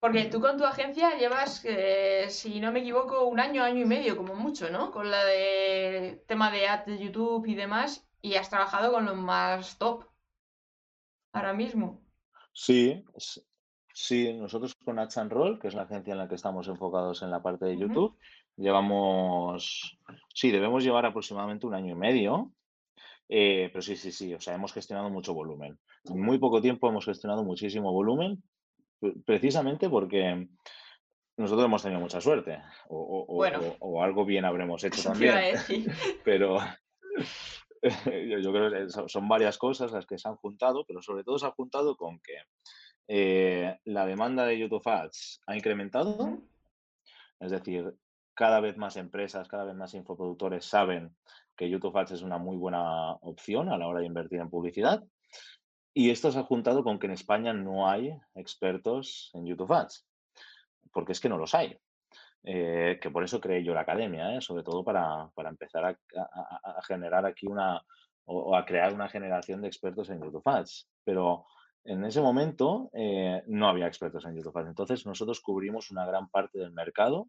Porque tú con tu agencia llevas, si no me equivoco, un año, año y medio, como mucho, ¿no? Con la de tema de ads de YouTube y demás, y has trabajado con los más top ahora mismo. Sí, sí, nosotros con Ads and Roll, que es la agencia en la que estamos enfocados en la parte de Ujú. YouTube, llevamos, sí, debemos llevar aproximadamente un año y medio, pero sí, sí, sí, o sea, hemos gestionado mucho volumen. En muy poco tiempo hemos gestionado muchísimo volumen, precisamente porque nosotros hemos tenido mucha suerte, Bueno, o algo bien habremos hecho eso te iba a también, decir. pero yo creo que son varias cosas las que se han juntado, pero sobre todo se ha juntado con que la demanda de YouTube Ads ha incrementado, Ujú. es decir, cada vez más empresas, cada vez más infoproductores saben que YouTube Ads es una muy buena opción a la hora de invertir en publicidad. Y esto se ha juntado con que en España no hay expertos en YouTube Ads, porque es que no los hay. Que por eso creé yo la academia, sobre todo para empezar a generar aquí o a crear una generación de expertos en YouTube Ads. Pero en ese momento no había expertos en YouTube Ads. Entonces nosotros cubrimos una gran parte del mercado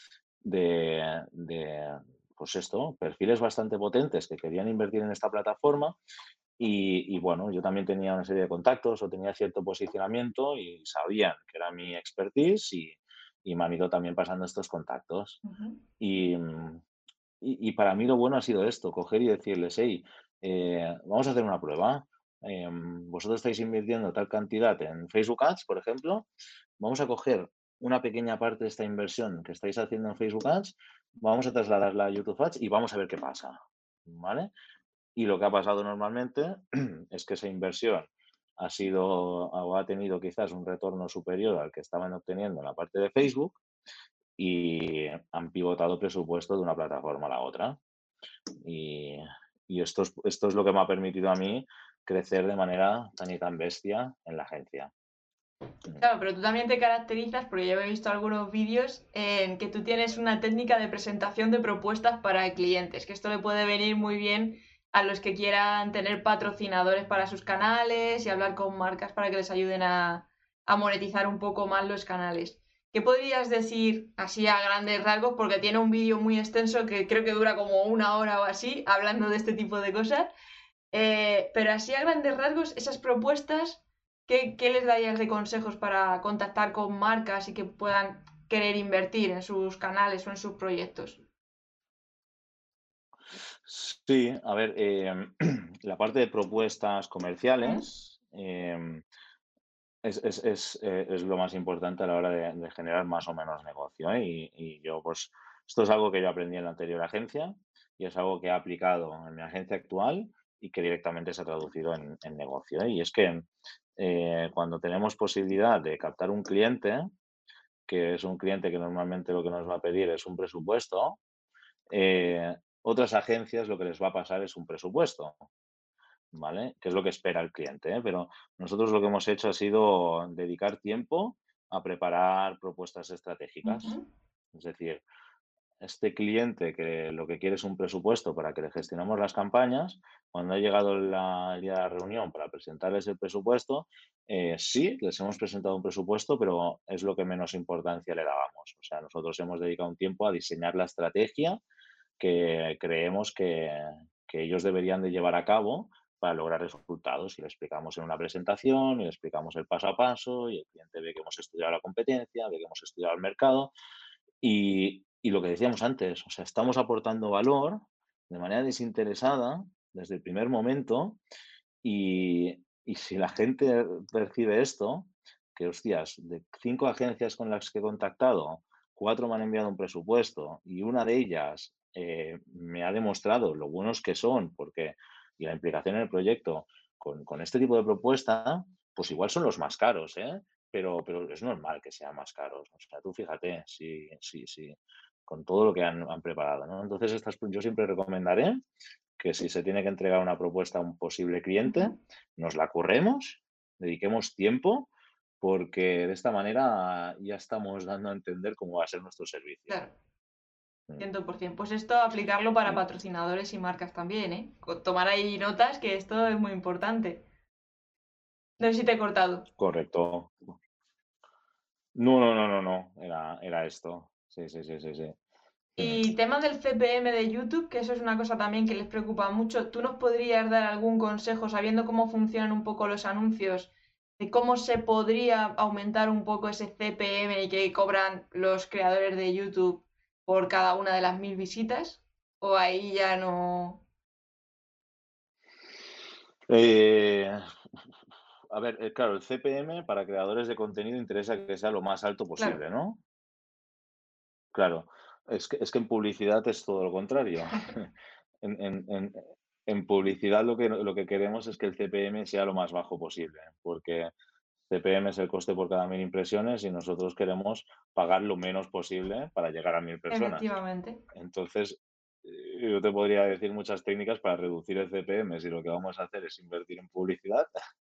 pues esto, perfiles bastante potentes que querían invertir en esta plataforma y bueno, yo también tenía una serie de contactos o tenía cierto posicionamiento y sabían que era mi expertise y me han ido también pasando estos contactos. Ujú. Y, y para mí lo bueno ha sido esto, coger y decirles, hey, vamos a hacer una prueba. Vosotros estáis invirtiendo tal cantidad en Facebook Ads, por ejemplo. Vamos a coger una pequeña parte de esta inversión que estáis haciendo en Facebook Ads, vamos a trasladarla a YouTube Ads y vamos a ver qué pasa. ¿Vale? Y lo que ha pasado normalmente es que esa inversión ha sido o ha tenido quizás un retorno superior al que estaban obteniendo en la parte de Facebook y han pivotado presupuesto de una plataforma a la otra. Y, y esto es lo que me ha permitido a mí crecer de manera tan y tan bestia en la agencia. Claro, pero tú también te caracterizas, porque yo he visto algunos vídeos en que tú tienes una técnica de presentación de propuestas para clientes, que esto le puede venir muy bien a los que quieran tener patrocinadores para sus canales y hablar con marcas para que les ayuden a monetizar un poco más los canales. ¿Qué podrías decir así a grandes rasgos? Porque tiene un vídeo muy extenso que creo que dura como una hora o así, hablando de este tipo de cosas. Pero así a grandes rasgos, esas propuestas, ¿qué les darías de consejos para contactar con marcas y que puedan querer invertir en sus canales o en sus proyectos? Sí, a ver, la parte de propuestas ¿Mm? comerciales es lo más importante a la hora de generar más o menos negocio, ¿eh? Y yo, pues, esto es algo que yo aprendí en la anterior agencia y es algo que he aplicado en mi agencia actual y que directamente se ha traducido en negocio, ¿eh? Y es que cuando tenemos posibilidad de captar un cliente, que es un cliente que normalmente lo que nos va a pedir es un presupuesto, eh, otras agencias lo que les va a pasar es un presupuesto. ¿Vale? Que es lo que espera el cliente, ¿eh? Pero nosotros lo que hemos hecho ha sido dedicar tiempo a preparar propuestas estratégicas. Ujú. Es decir, este cliente que lo que quiere es un presupuesto para que le gestionemos las campañas, cuando ha llegado el día de la reunión para presentarles el presupuesto, sí, les hemos presentado un presupuesto, pero es lo que menos importancia le dábamos. O sea, nosotros hemos dedicado un tiempo a diseñar la estrategia que creemos que ellos deberían de llevar a cabo para lograr resultados. Y le explicamos en una presentación, y le explicamos el paso a paso, y el cliente ve que hemos estudiado la competencia, ve que hemos estudiado el mercado. Y lo que decíamos antes, o sea, estamos aportando valor de manera desinteresada desde el primer momento y si la gente percibe esto, que hostias, de 5 agencias con las que he contactado, 4 me han enviado un presupuesto y una de ellas me ha demostrado lo buenos que son porque, y la implicación en el proyecto con este tipo de propuesta, pues igual son los más caros, ¿eh? Pero es normal que sean más caros. O sea, tú fíjate, sí, sí, sí, con todo lo que han preparado, ¿no? Entonces, yo siempre recomendaré que si se tiene que entregar una propuesta a un posible cliente, Ujú. nos la curremos, dediquemos tiempo, porque de esta manera ya estamos dando a entender cómo va a ser nuestro servicio. Claro, Mm, 100%. Pues esto aplicarlo para sí, patrocinadores y marcas también, ¿eh? Tomar ahí notas, que esto es muy importante. No sé si te he cortado. correcto. No, no, no, no, no, era esto. Sí, sí, sí, sí, sí. Mm. Y tema del CPM de YouTube, que eso es una cosa también que les preocupa mucho. ¿Tú nos podrías dar algún consejo, sabiendo cómo funcionan un poco los anuncios, de cómo se podría aumentar un poco ese CPM y que cobran los creadores de YouTube por cada una de las 1000 visitas? ¿O ahí ya no? Eh, a ver, claro, el CPM para creadores de contenido interesa que sea lo más alto Claro. posible, ¿no? Claro, es que en publicidad es todo lo contrario. En publicidad lo que queremos es que el CPM sea lo más bajo posible, porque CPM es el coste por cada 1000 impresiones y nosotros queremos pagar lo menos posible para llegar a 1000 personas. Efectivamente. Entonces, yo te podría decir muchas técnicas para reducir el CPM si lo que vamos a hacer es invertir en publicidad,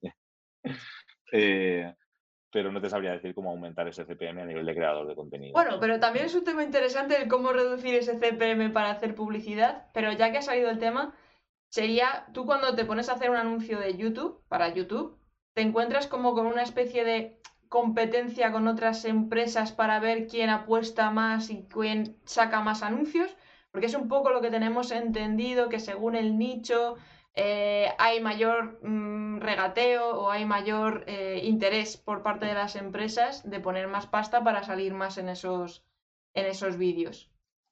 eh, pero no te sabría decir cómo aumentar ese CPM a nivel de creador de contenido. Bueno, pero también Mm. es un tema interesante el cómo reducir ese CPM para hacer publicidad, pero ya que ha salido el tema, sería tú cuando te pones a hacer un anuncio de YouTube, para YouTube, te encuentras como con una especie de competencia con otras empresas para ver quién apuesta más y quién saca más anuncios, porque es un poco lo que tenemos entendido, que según el nicho hay mayor regateo o hay mayor interés por parte de las empresas de poner más pasta para salir más en esos vídeos.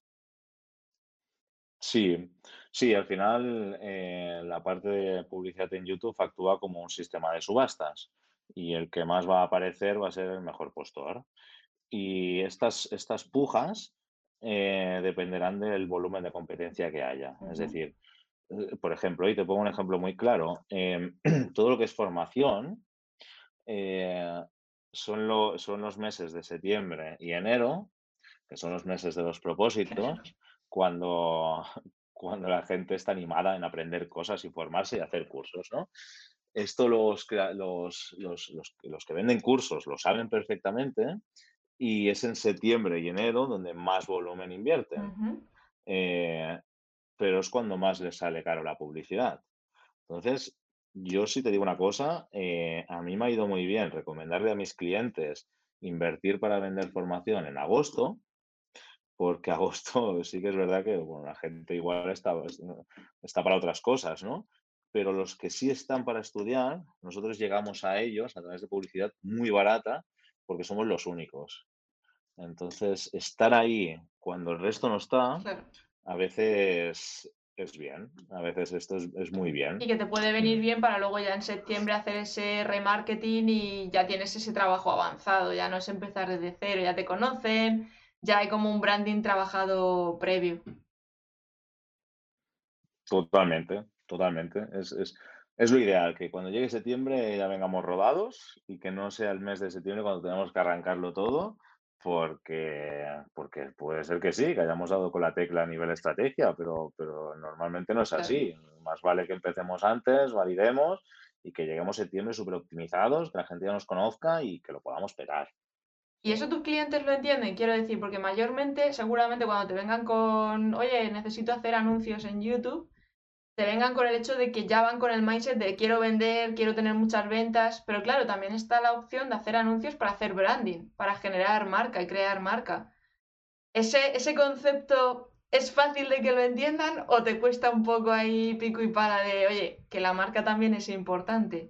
Sí, sí, al final la parte de publicidad en YouTube actúa como un sistema de subastas y el que más va a aparecer va a ser el mejor postor. Y estas pujas dependerán del volumen de competencia que haya. Es Ujú. decir, por ejemplo, y te pongo un ejemplo muy claro, todo lo que es formación eh, son los meses de septiembre y enero, que son los meses de los propósitos, Claro. cuando, cuando la gente está animada en aprender cosas y formarse y hacer cursos, ¿no? Esto los que venden cursos lo saben perfectamente y es en septiembre y enero donde más volumen invierten. Ujú. Eh, pero es cuando más les sale caro la publicidad. Entonces, yo sí te digo una cosa, a mí me ha ido muy bien recomendarle a mis clientes invertir para vender formación en agosto, porque agosto sí que es verdad que, bueno, la gente igual está para otras cosas, ¿no? Pero los que sí están para estudiar, nosotros llegamos a ellos a través de publicidad muy barata, porque somos los únicos. Entonces, estar ahí cuando el resto no está, Claro. a veces es bien, a veces esto es muy Y bien. que te puede venir Mm. bien para luego ya en septiembre hacer ese remarketing y ya tienes ese trabajo avanzado, ya no es empezar desde cero, ya te conocen, ya hay como un branding trabajado previo. Totalmente, totalmente. Es lo ideal, que cuando llegue septiembre ya vengamos rodados y que no sea el mes de septiembre cuando tenemos que arrancarlo todo, porque puede ser que sí, que hayamos dado con la tecla a nivel estrategia, pero normalmente no es Claro. así. Más vale que empecemos antes, validemos y que lleguemos septiembre súper optimizados, que la gente ya nos conozca y que lo podamos petar. Y Sí. eso tus clientes lo entienden, quiero decir, porque mayormente, seguramente cuando te vengan con, oye, necesito hacer anuncios en YouTube, te vengan con el hecho de que ya van con el mindset de quiero vender, quiero tener muchas ventas, pero claro, también está la opción de hacer anuncios para hacer branding, para generar marca y crear marca. ¿Ese concepto es fácil de que lo entiendan o te cuesta un poco ahí pico y pala de, oye, que la marca también es importante?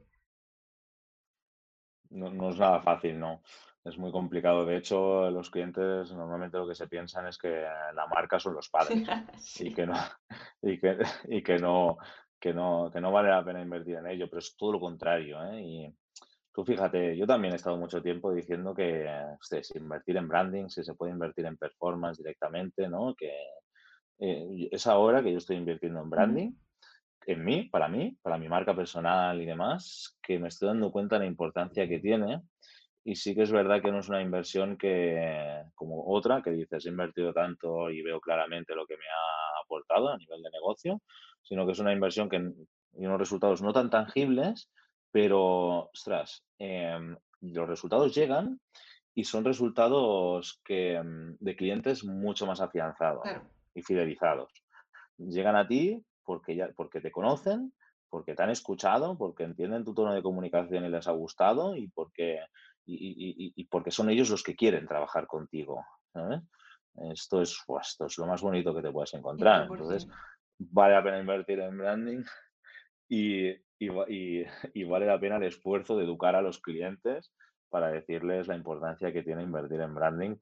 No, no es nada fácil, no. Es muy complicado. De hecho, los clientes normalmente lo que se piensan es que la marca son los padres y Sí. que no, y que, y que no vale la pena invertir en ello, pero es todo lo contrario, ¿eh? Y tú fíjate, yo también he estado mucho tiempo diciendo que hostia, invertir en branding, si se puede invertir en performance directamente, ¿no? Que es ahora que yo estoy invirtiendo en Ujú. branding en mí, para mi marca personal y demás, que me estoy dando cuenta de la importancia que tiene. Y sí que es verdad que no es una inversión que, como otra, que dices, he invertido tanto y veo claramente lo que me ha aportado a nivel de negocio, sino que es una inversión y unos resultados no tan tangibles, pero, ostras, los resultados llegan y son resultados de clientes mucho más afianzados Claro. y fidelizados. Llegan a ti porque te conocen, porque te han escuchado, porque entienden tu tono de comunicación y les ha gustado y porque y porque son ellos los que quieren trabajar contigo, ¿sabes? Esto es lo más bonito que te puedes encontrar. Entonces, 100%. vale la pena invertir en branding y, y vale la pena el esfuerzo de educar a los clientes para decirles la importancia que tiene invertir en branding,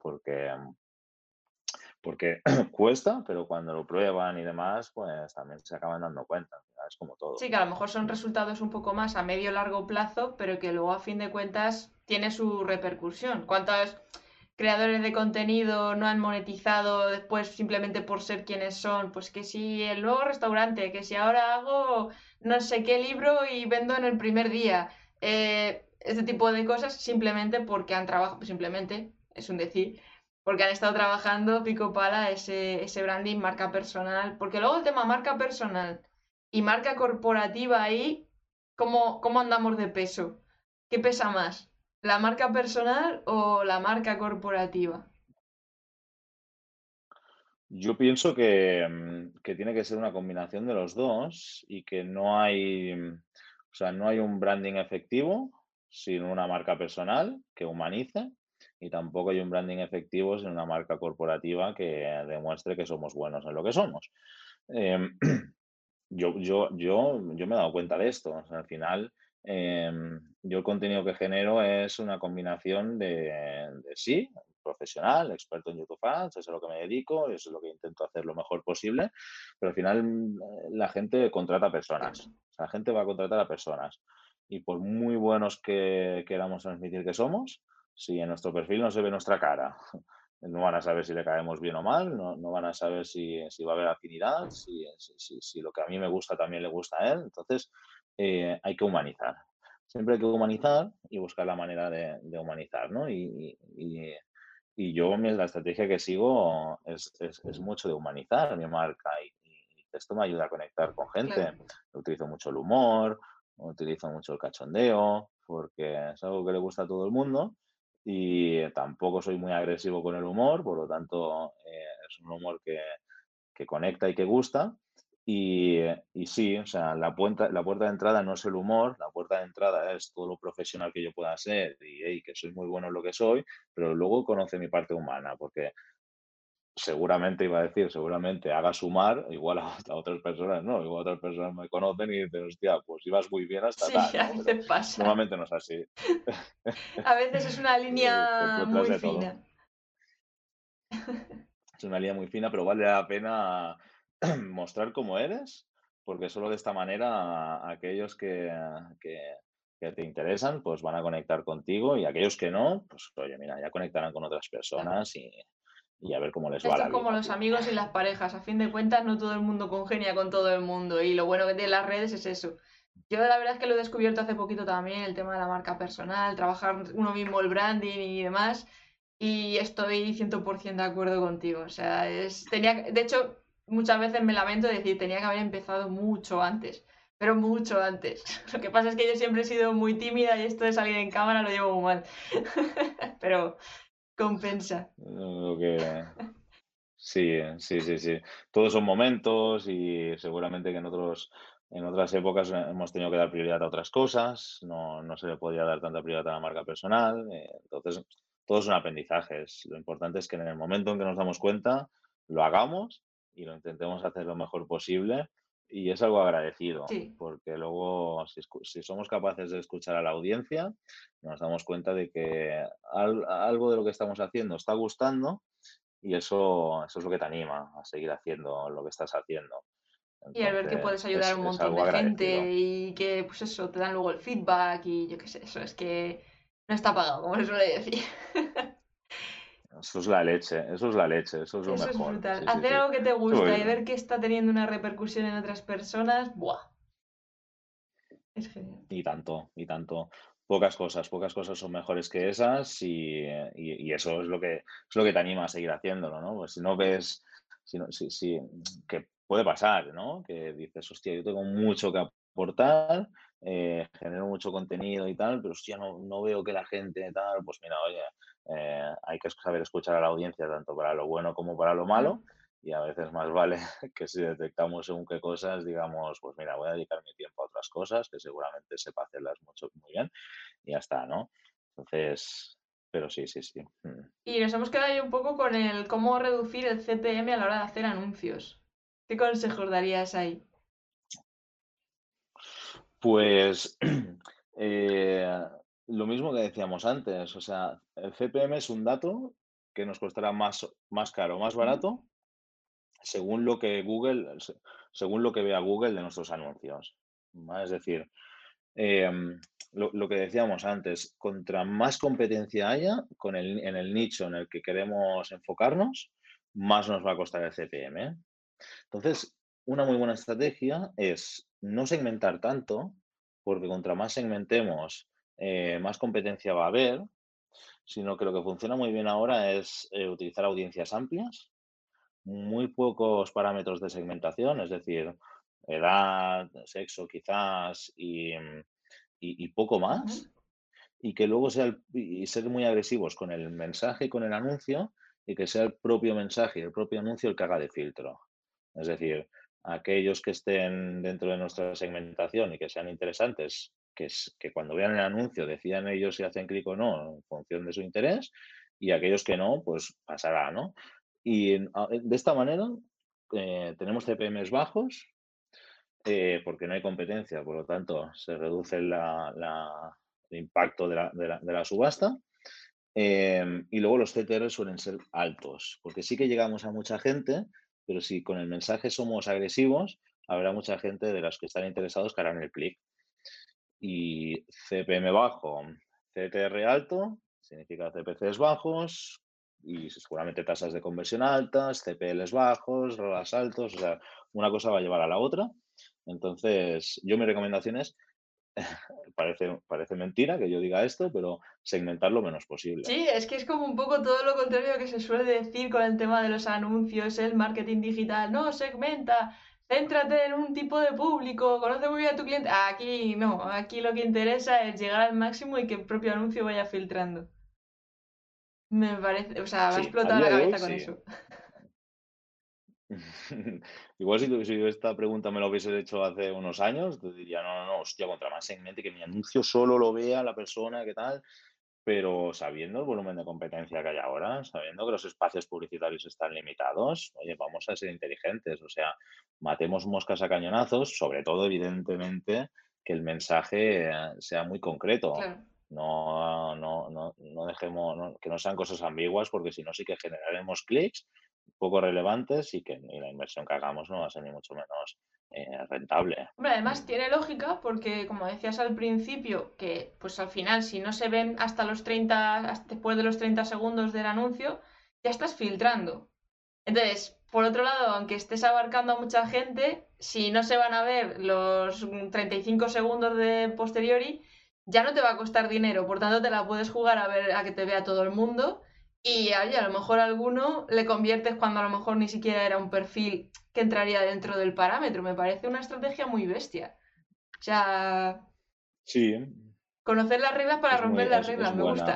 porque cuesta, pero cuando lo prueban y demás, pues también se acaban dando cuenta. Al final es como todo. Sí, que a lo mejor son Mm. resultados un poco más a medio largo plazo, pero que luego a fin de cuentas tiene su repercusión. ¿Cuántos creadores de contenido no han monetizado después simplemente por ser quienes son? Pues que si el nuevo restaurante, que si ahora hago no sé qué libro y vendo en el primer día. Este tipo de cosas simplemente porque han trabajado, simplemente, es un decir, porque han estado trabajando pico pala ese branding, marca personal. Porque luego el tema marca personal y marca corporativa ahí, ¿cómo andamos de peso? ¿Qué pesa más? ¿La marca personal o la marca corporativa? Yo pienso que tiene que ser una combinación de los dos y que no hay, o sea, no hay un branding efectivo sin una marca personal que humanice y tampoco hay un branding efectivo sin una marca corporativa que demuestre que somos buenos en lo que somos. Em, yo me he dado cuenta de esto. O sea, al final, yo el contenido que genero es una combinación de sí, profesional, experto en YouTube Ads, eso es a lo que me dedico, eso es lo que intento hacer lo mejor posible, pero al final la gente contrata Cierto. personas. O sea, la gente va a contratar a personas. Y por muy buenos que queramos transmitir que somos, si en nuestro perfil no se ve nuestra cara, no van a saber si le caemos bien o mal, no van a saber si va a haber afinidad, si lo que a mí me gusta también le gusta a él. Entonces, hay que humanizar. Siempre hay que humanizar y buscar la manera de humanizar, ¿no? Y yo la estrategia que sigo es mucho de humanizar mi marca y esto me ayuda a conectar con Claro. gente. Utilizo mucho el humor, utilizo mucho el cachondeo, porque es algo que le gusta a todo el mundo y tampoco soy muy agresivo con el humor, por lo tanto, es un humor que conecta y que gusta. Y sí, o sea, la puerta de entrada no es el humor, la puerta de entrada es todo lo profesional que yo pueda ser y hey, que soy muy bueno en lo que soy, pero luego conoce mi parte humana, porque seguramente iba a decir, seguramente haga sumar, igual a otras personas no, igual otras personas me conocen y dicen, hostia, pues ibas muy bien hasta Sí, tal, a ¿no? Pero veces pasa. normalmente no es así. A veces es una Te línea encuentras muy de todo. fina. Es una línea muy fina, pero vale la pena mostrar cómo eres, porque solo de esta manera aquellos que, que te interesan, pues van a conectar contigo y aquellos que no, pues oye, mira, ya conectarán con otras Claro. personas y a ver cómo les va Esto la es como vida, los tío. amigos y las parejas. A fin de cuentas, no todo el mundo congenia con todo el mundo. Y lo bueno que tienen las redes es eso. Yo la verdad es que lo he descubierto hace poquito también, el tema de la marca personal, trabajar uno mismo el branding y demás. Y estoy 100% de acuerdo contigo. O sea, de hecho, muchas veces me lamento de decir, tenía que haber empezado mucho antes. Pero mucho antes. Lo que pasa es que yo siempre he sido muy tímida y esto de salir en cámara lo llevo muy mal. Pero compensa. Lo que, sí, sí, sí, sí. Todos son momentos y seguramente que en otras épocas hemos tenido que dar prioridad a otras cosas, no se le podía dar tanta prioridad a la marca personal. Entonces, todo es un aprendizaje. Lo importante es que en el momento en que nos damos cuenta, lo hagamos y lo intentemos hacer lo mejor posible. Y es algo agradecido, Sí. porque luego, si somos capaces de escuchar a la audiencia, nos damos cuenta de que algo de lo que estamos haciendo está gustando y eso es lo que te anima a seguir haciendo lo que estás haciendo. Y al ver que puedes Entonces, ayudar a un es montón algo de gente agradecido. y que, pues eso, te dan luego el feedback y yo qué sé, eso es que no está pagado, como se suele decir. Eso es la leche, eso es la leche, eso es lo Eso es mejor. brutal. Sí, sí, Hacer sí. algo que te Sí, gusta y porque, ver que está teniendo una repercusión en otras personas, ¡buah! Es genial. y tanto, y tanto. Pocas cosas son mejores que esas y eso es lo que te anima a seguir haciéndolo, ¿no? Pues si no ves, si, no- si, si- que puede pasar, ¿no? Que dices, hostia, yo tengo mucho que aportar, genero mucho contenido y tal, pero hostia, no veo que la gente tal, pues mira, oye, hay que saber escuchar a la audiencia tanto para lo bueno como para lo Claro. malo y a veces más vale que si detectamos según qué cosas, digamos, pues mira, voy a dedicar mi tiempo a otras cosas que seguramente sepa hacerlas muy bien y ya está, ¿no? Entonces, pero sí, sí, sí. Y nos hemos quedado ahí un poco con el cómo reducir el CPM a la hora de hacer anuncios. ¿Qué consejos darías ahí? Pues eh, lo mismo que decíamos antes, o sea, el CPM es un dato que nos costará más caro o más Ujú, barato según lo que según lo que vea Google de nuestros anuncios, ¿vale? Es decir, em, lo que decíamos antes, contra más competencia haya en el nicho en el que queremos enfocarnos, más nos va a costar el CPM. Entonces, una muy buena estrategia es no segmentar tanto, porque contra más segmentemos, más competencia va a haber, sino que lo que funciona muy bien ahora es utilizar audiencias amplias, muy pocos parámetros de segmentación, es decir, edad, sexo quizás y poco ujú. más, y que luego ser muy agresivos con el mensaje y con el anuncio, y que sea el propio mensaje y el propio anuncio el que haga de filtro. Es decir, aquellos que estén dentro de nuestra segmentación y que sean interesantes, que cuando vean el anuncio decidan ellos si hacen clic o no en función de su interés, y aquellos que no, pues pasará, ¿no? Y de esta manera tenemos CPMs bajos, porque no hay competencia, por lo tanto se reduce el impacto de la subasta. Y luego los CTR suelen ser altos, porque sí que llegamos a mucha gente, pero si con el mensaje somos agresivos, habrá mucha gente de las que están interesados que harán el clic. Y CPM bajo, CTR alto, significa CPCs bajos y seguramente tasas de conversión altas, CPLs bajos, ROAS altos, o sea, una cosa va a llevar a la otra. Entonces, yo mi recomendación es, parece mentira que yo diga esto, pero segmentar lo menos posible. Sí, es que es como un poco todo lo contrario que se suele decir con el tema de los anuncios, el marketing digital. No, segmenta, céntrate en un tipo de público, conoce muy bien a tu cliente. Aquí no, aquí lo que interesa es llegar al máximo y que el propio anuncio vaya filtrando. Me parece, o sea, me ha Sí, a explotado la día de hoy cabeza con sí. eso. Igual si esta pregunta me lo hubieses hecho hace unos años, te diría, no, no, no, hostia, contra más segmente, que mi anuncio solo lo vea la persona, ¿qué tal? Pero sabiendo el volumen de competencia que hay ahora, sabiendo que los espacios publicitarios están limitados, oye, vamos a ser inteligentes, o sea, matemos moscas a cañonazos, sobre todo, evidentemente, que el mensaje sea muy concreto. Claro. No dejemos, que no sean cosas ambiguas, porque si no sí que generaremos clics poco relevantes y la inversión que hagamos no va a ser ni mucho menos rentable. Hombre, además Mm. tiene lógica porque, como decías al principio, que pues al final si no se ven hasta los 30, después de los 30 segundos del anuncio, ya estás filtrando. Entonces, por otro lado, aunque estés abarcando a mucha gente, si no se van a ver los 35 segundos de posteriori, ya no te va a costar dinero, por tanto te la puedes jugar a ver a que te vea todo el mundo y oye, a lo mejor a alguno le conviertes cuando a lo mejor ni siquiera era un perfil que entraría dentro del parámetro. Me parece una estrategia muy bestia. O sea, Sí, conocer las reglas para romper las es reglas, me gusta. buena.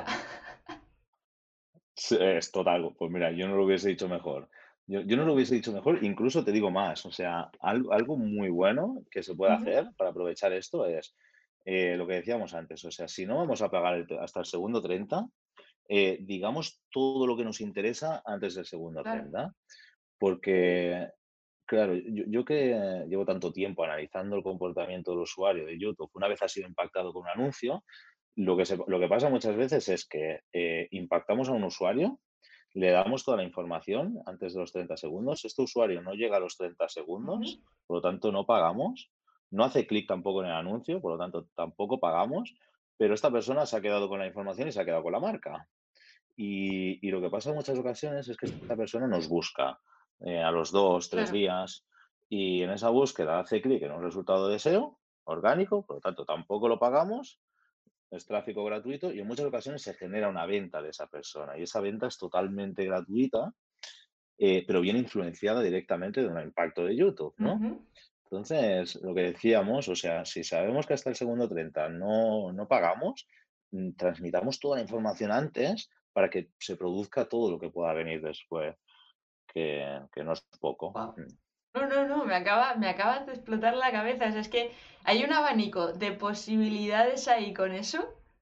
Sí, es total. Pues mira, yo no lo hubiese dicho mejor. Yo no lo hubiese dicho mejor, incluso te digo más. O sea, algo muy bueno que se puede Ujú, hacer para aprovechar esto es lo que decíamos antes. O sea, si no vamos a pagar hasta el segundo 30, digamos todo lo que nos interesa antes del segundo claro. 30. Porque, claro, yo que llevo tanto tiempo analizando el comportamiento del usuario de YouTube, una vez ha sido impactado con un anuncio, lo que pasa muchas veces es que impactamos a un usuario, le damos toda la información antes de los 30 segundos, este usuario no llega a los 30 Ujú, segundos, por lo tanto no pagamos, no hace clic tampoco en el anuncio, por lo tanto tampoco pagamos, pero esta persona se ha quedado con la información y se ha quedado con la marca. Y lo que pasa en muchas ocasiones es que esta persona nos busca a los 2, 3 claro. días y en esa búsqueda hace clic en un resultado de SEO orgánico, por lo tanto tampoco lo pagamos, es tráfico gratuito y en muchas ocasiones se genera una venta de esa persona y esa venta es totalmente gratuita, pero viene influenciada directamente de un impacto de YouTube, ¿no? Ujú. Entonces, lo que decíamos, o sea, si sabemos que hasta el segundo 30 no pagamos, transmitamos toda la información antes para que se produzca todo lo que pueda venir después, que no es poco. Guau. No, no, no, me acabas de explotar la cabeza. O sea, es que hay un abanico de posibilidades ahí con eso.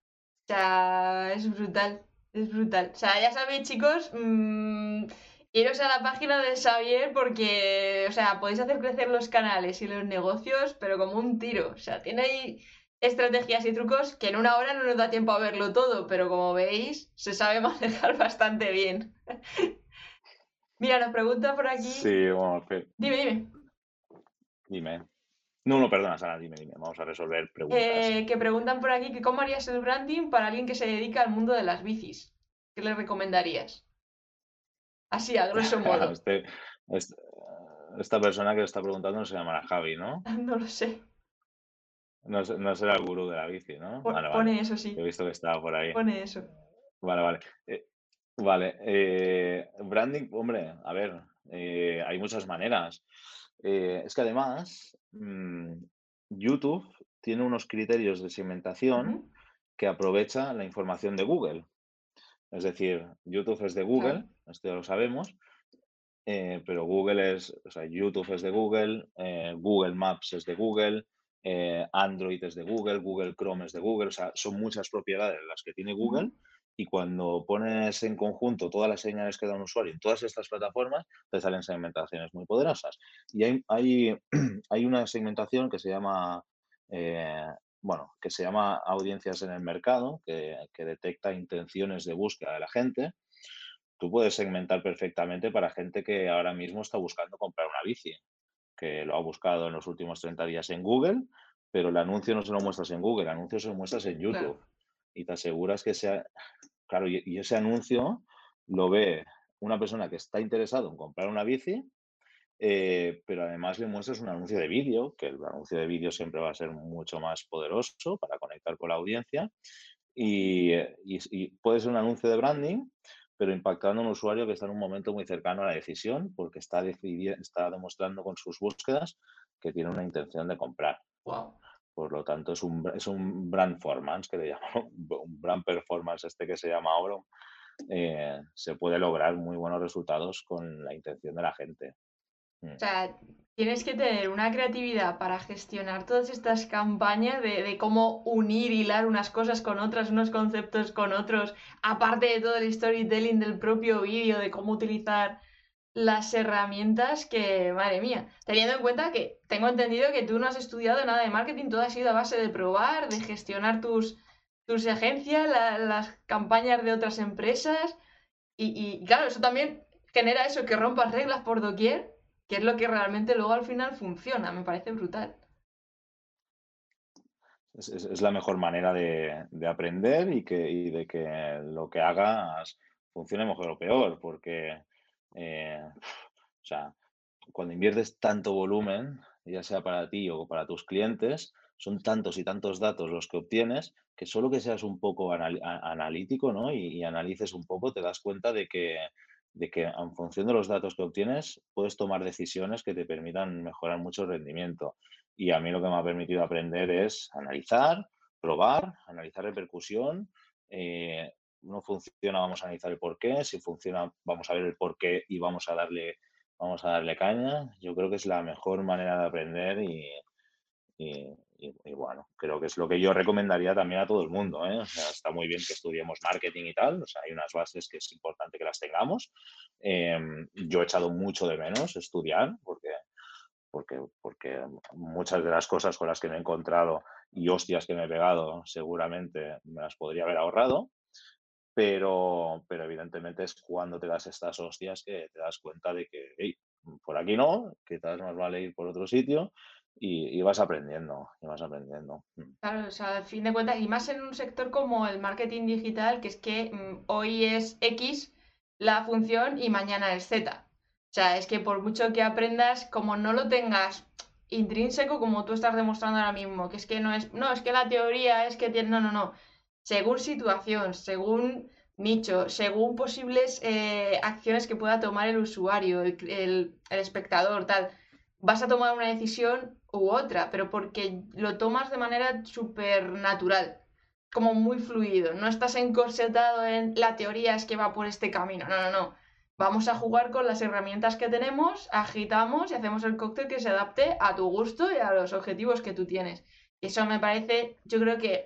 O sea, es brutal, es brutal. O sea, ya sabéis, chicos, iros a la página de Xavier porque, o sea, podéis hacer crecer los canales y los negocios, pero como un tiro. O sea, tiene ahí estrategias y trucos que en una hora no nos da tiempo a verlo todo, pero como veis, se sabe manejar bastante bien. Mira, nos pregunta por aquí. Sí, bueno, Dime, dime. dime. No, no, perdona, Sara, dime. Vamos a resolver preguntas. Que preguntan por aquí que cómo harías el branding para alguien que se dedica al mundo de las bicis. ¿Qué le recomendarías? Así, a grosso modo. Este, este- esta persona que está preguntando se llamará Javi, ¿no? No lo sé. No, no será el gurú de la bici, ¿no? Vale, vale. Pone eso, He sí. visto que estaba por ahí. Pone eso. Vale, vale. Vale. Branding, hombre, a ver, hay muchas maneras. Es que además, YouTube tiene unos criterios de segmentación Ujú, que aprovecha la información de Google. Es decir, YouTube es de Google, claro. esto ya lo sabemos, pero Google o sea, YouTube es de Google, Google Maps es de Google, Android es de Google, Google Chrome es de Google, o sea, son muchas propiedades las que tiene Google Ujú, y cuando pones en conjunto todas las señales que da un usuario en todas estas plataformas, te salen segmentaciones muy poderosas. Y hay una segmentación que se llama, eh, bueno, que se llama audiencias en el mercado, que detecta intenciones de búsqueda de la gente. Tú puedes segmentar perfectamente para gente que ahora mismo está buscando comprar una bici, que lo ha buscado en los últimos 30 días en Google, pero el anuncio no se lo muestras en Google, el anuncio se lo muestras en claro. YouTube. Y te aseguras que sea, claro, y ese anuncio lo ve una persona que está interesado en comprar una bici, pero además le muestras un anuncio de vídeo, que el anuncio de vídeo siempre va a ser mucho más poderoso para conectar con la audiencia, y puede ser un anuncio de branding, pero impactando a un usuario que está en un momento muy cercano a la decisión, porque está demostrando con sus búsquedas que tiene una intención de comprar. Wow. Por lo tanto, es un brand performance, que le llamo, un brand performance este que se llama ahora. Se puede lograr muy buenos resultados con la intención de la gente. O sea, tienes que tener una creatividad para gestionar todas estas campañas de cómo unir, hilar unas cosas con otras, unos conceptos con otros, aparte de todo el storytelling del propio vídeo, de cómo utilizar las herramientas que, madre mía, teniendo en cuenta que tengo entendido que tú no has estudiado nada de marketing, todo ha sido a base de probar, de gestionar tus agencias, las campañas de otras empresas y claro, eso también genera eso, que rompas reglas por doquier, que es lo que realmente luego al final funciona, me parece brutal. Es la mejor manera de aprender y de que lo que hagas funcione mejor o peor, porque, o sea, cuando inviertes tanto volumen, ya sea para ti o para tus clientes, son tantos y tantos datos los que obtienes que solo que seas un poco analítico, ¿no? Y analices un poco, te das cuenta de que en función de los datos que obtienes, puedes tomar decisiones que te permitan mejorar mucho el rendimiento. Y a mí lo que me ha permitido aprender es analizar, probar, analizar repercusión. No funciona, vamos a analizar el porqué. Si funciona, vamos a ver el porqué y vamos a darle caña. Yo creo que es la mejor manera de aprender y bueno, creo que es lo que yo recomendaría también a todo el mundo, ¿eh? O sea, está muy bien que estudiemos marketing y tal, o sea, hay unas bases que es importante que las tengamos. Yo he echado mucho de menos estudiar porque muchas de las cosas con las que me he encontrado y hostias que me he pegado seguramente me las podría haber ahorrado, pero evidentemente es cuando te das estas hostias que te das cuenta de que, hey, por aquí no, quizás más vale ir por otro sitio y vas aprendiendo, y vas aprendiendo. Claro, o sea, al fin de cuentas, y más en un sector como el marketing digital, que es que hoy es X la función y mañana es Z. O sea, es que por mucho que aprendas, como no lo tengas intrínseco, como tú estás demostrando ahora mismo, que es que no, es que la teoría es que tiene, no, no, no. Según situación, según nicho, según posibles acciones que pueda tomar el usuario, el espectador, tal, vas a tomar una decisión u otra, pero porque lo tomas de manera súper natural, como muy fluido. No estás encorsetado en la teoría es que va por este camino. No, no, no. Vamos a jugar con las herramientas que tenemos, agitamos y hacemos el cóctel que se adapte a tu gusto y a los objetivos que tú tienes. Eso me parece, yo creo que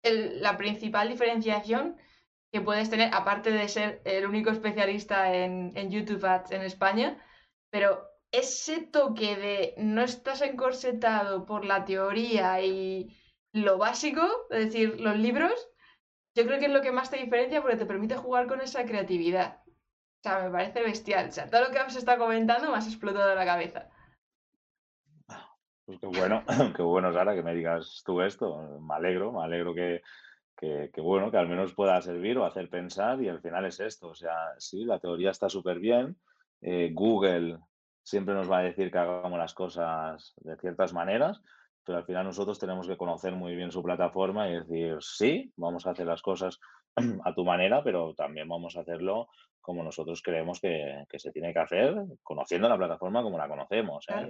la principal diferenciación que puedes tener, aparte de ser el único especialista en YouTube Ads en España, pero ese toque de no estás encorsetado por la teoría y lo básico, es decir, los libros, yo creo que es lo que más te diferencia porque te permite jugar con esa creatividad. O sea, me parece bestial. O sea, todo lo que os está comentando me has explotado la cabeza. Pues qué bueno, qué bueno, Sara, que me digas tú esto. Me alegro que bueno, que al menos pueda servir o hacer pensar y al final es esto. O sea, sí, la teoría está súper bien. Google siempre nos va a decir que hagamos las cosas de ciertas maneras, pero al final nosotros tenemos que conocer muy bien su plataforma y decir, sí, vamos a hacer las cosas a tu manera, pero también vamos a hacerlo como nosotros creemos que se tiene que hacer, conociendo la plataforma como la conocemos, ¿eh? Claro.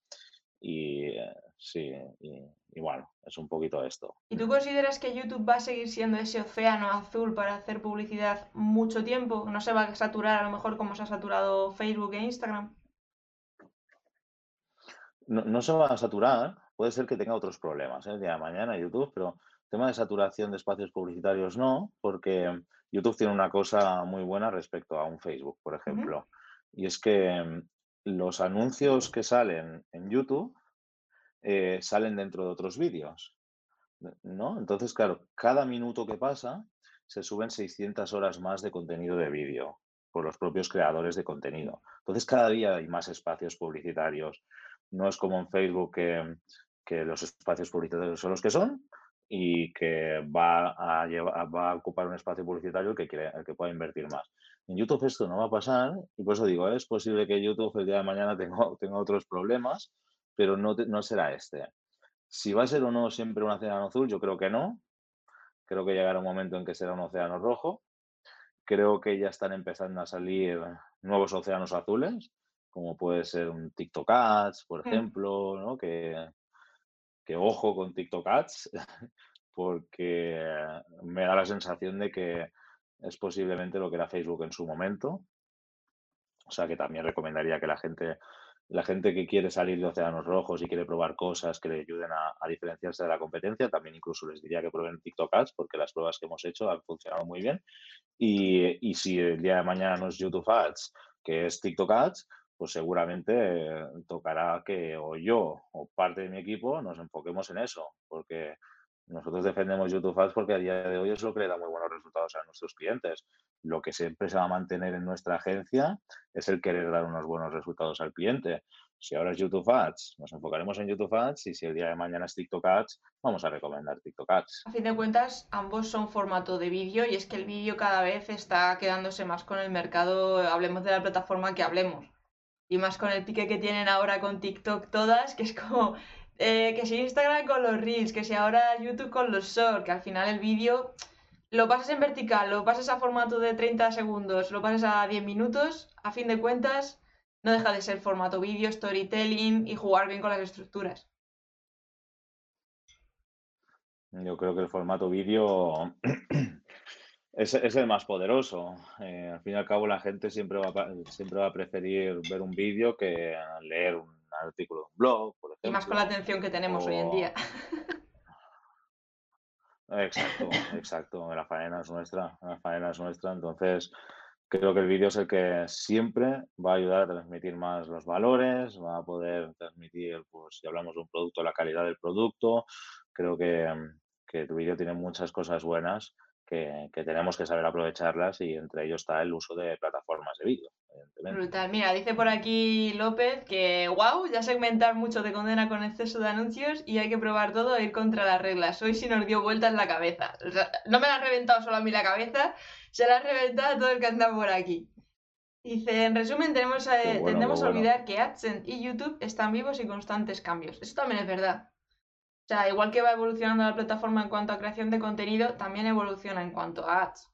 Sí, y bueno, es un poquito esto. ¿Y tú consideras que YouTube va a seguir siendo ese océano azul para hacer publicidad mucho tiempo? ¿No se va a saturar a lo mejor como se ha saturado Facebook e Instagram? No se va a saturar, puede ser que tenga otros problemas, ¿eh? El día de mañana YouTube, pero tema de saturación de espacios publicitarios no, porque YouTube tiene una cosa muy buena respecto a un Facebook, por Ujú. ejemplo, y es que los anuncios que salen en YouTube salen dentro de otros vídeos, ¿no? Entonces, claro, cada minuto que pasa se suben 600 horas más de contenido de vídeo por los propios creadores de contenido. Entonces, cada día hay más espacios publicitarios. No es como en Facebook que los espacios publicitarios son los que son y que va a ocupar un espacio publicitario el que pueda invertir más. En YouTube esto no va a pasar y por eso digo, es posible que YouTube el día de mañana tenga otros problemas, pero no será este. Si va a ser o no siempre un océano azul, yo creo que no. Creo que llegará un momento en que será un océano rojo. Creo que ya están empezando a salir nuevos océanos azules, como puede ser un TikTok Ads, por Mm. ejemplo, ¿no? Que ojo con TikTok Ads, porque me da la sensación de que es posiblemente lo que era Facebook en su momento. O sea que también recomendaría que la gente que quiere salir de océanos rojos y quiere probar cosas que le ayuden a diferenciarse de la competencia, también incluso les diría que prueben TikTok Ads, porque las pruebas que hemos hecho han funcionado muy bien. Y si el día de mañana no es YouTube Ads, que es TikTok Ads, pues seguramente tocará que o yo o parte de mi equipo nos enfoquemos en eso, porque nosotros defendemos YouTube Ads porque a día de hoy es lo que le da muy buenos resultados a nuestros clientes. Lo que siempre se va a mantener en nuestra agencia es el querer dar unos buenos resultados al cliente. Si ahora es YouTube Ads, nos enfocaremos en YouTube Ads y si el día de mañana es TikTok Ads, vamos a recomendar TikTok A Ads. fin de cuentas, ambos son formato de vídeo y es que el vídeo cada vez está quedándose más con el mercado, hablemos de la plataforma que hablemos. Y más con el pique que tienen ahora con TikTok todas, que es como que si Instagram con los Reels, que si ahora YouTube con los Shorts, que al final el vídeo lo pasas en vertical, lo pasas a formato de 30 segundos, lo pasas a 10 minutos, a fin de cuentas no deja de ser formato vídeo, storytelling y jugar bien con las estructuras. Yo creo que el formato vídeo es el más poderoso. Al fin y al cabo, la gente siempre va a preferir ver un vídeo que leer un artículo de un blog, por Y más con la ejemplo. atención que tenemos hoy en O... día. Exacto, exacto. La faena es nuestra. Entonces, creo que el vídeo es el que siempre va a ayudar a transmitir más los valores, va a poder transmitir, pues, si hablamos de un producto, la calidad del producto. Creo que tu vídeo tiene muchas cosas buenas que tenemos que saber aprovecharlas y entre ellos está el uso de plataformas de vídeo, evidentemente. Brutal. Mira, dice por aquí López que, wow, ya segmentar mucho te condena con exceso de anuncios y hay que probar todo e ir contra las reglas. Hoy sí nos dio vueltas la cabeza. O sea, no me la ha reventado solo a mí la cabeza, se la ha reventado a todo el que anda por aquí. Dice, en resumen, Qué bueno, qué tendemos a bueno. olvidar que AdSense y YouTube están vivos y constantes cambios. Eso también es verdad. O sea, igual que va evolucionando la plataforma en cuanto a creación de contenido, también evoluciona en cuanto a ads.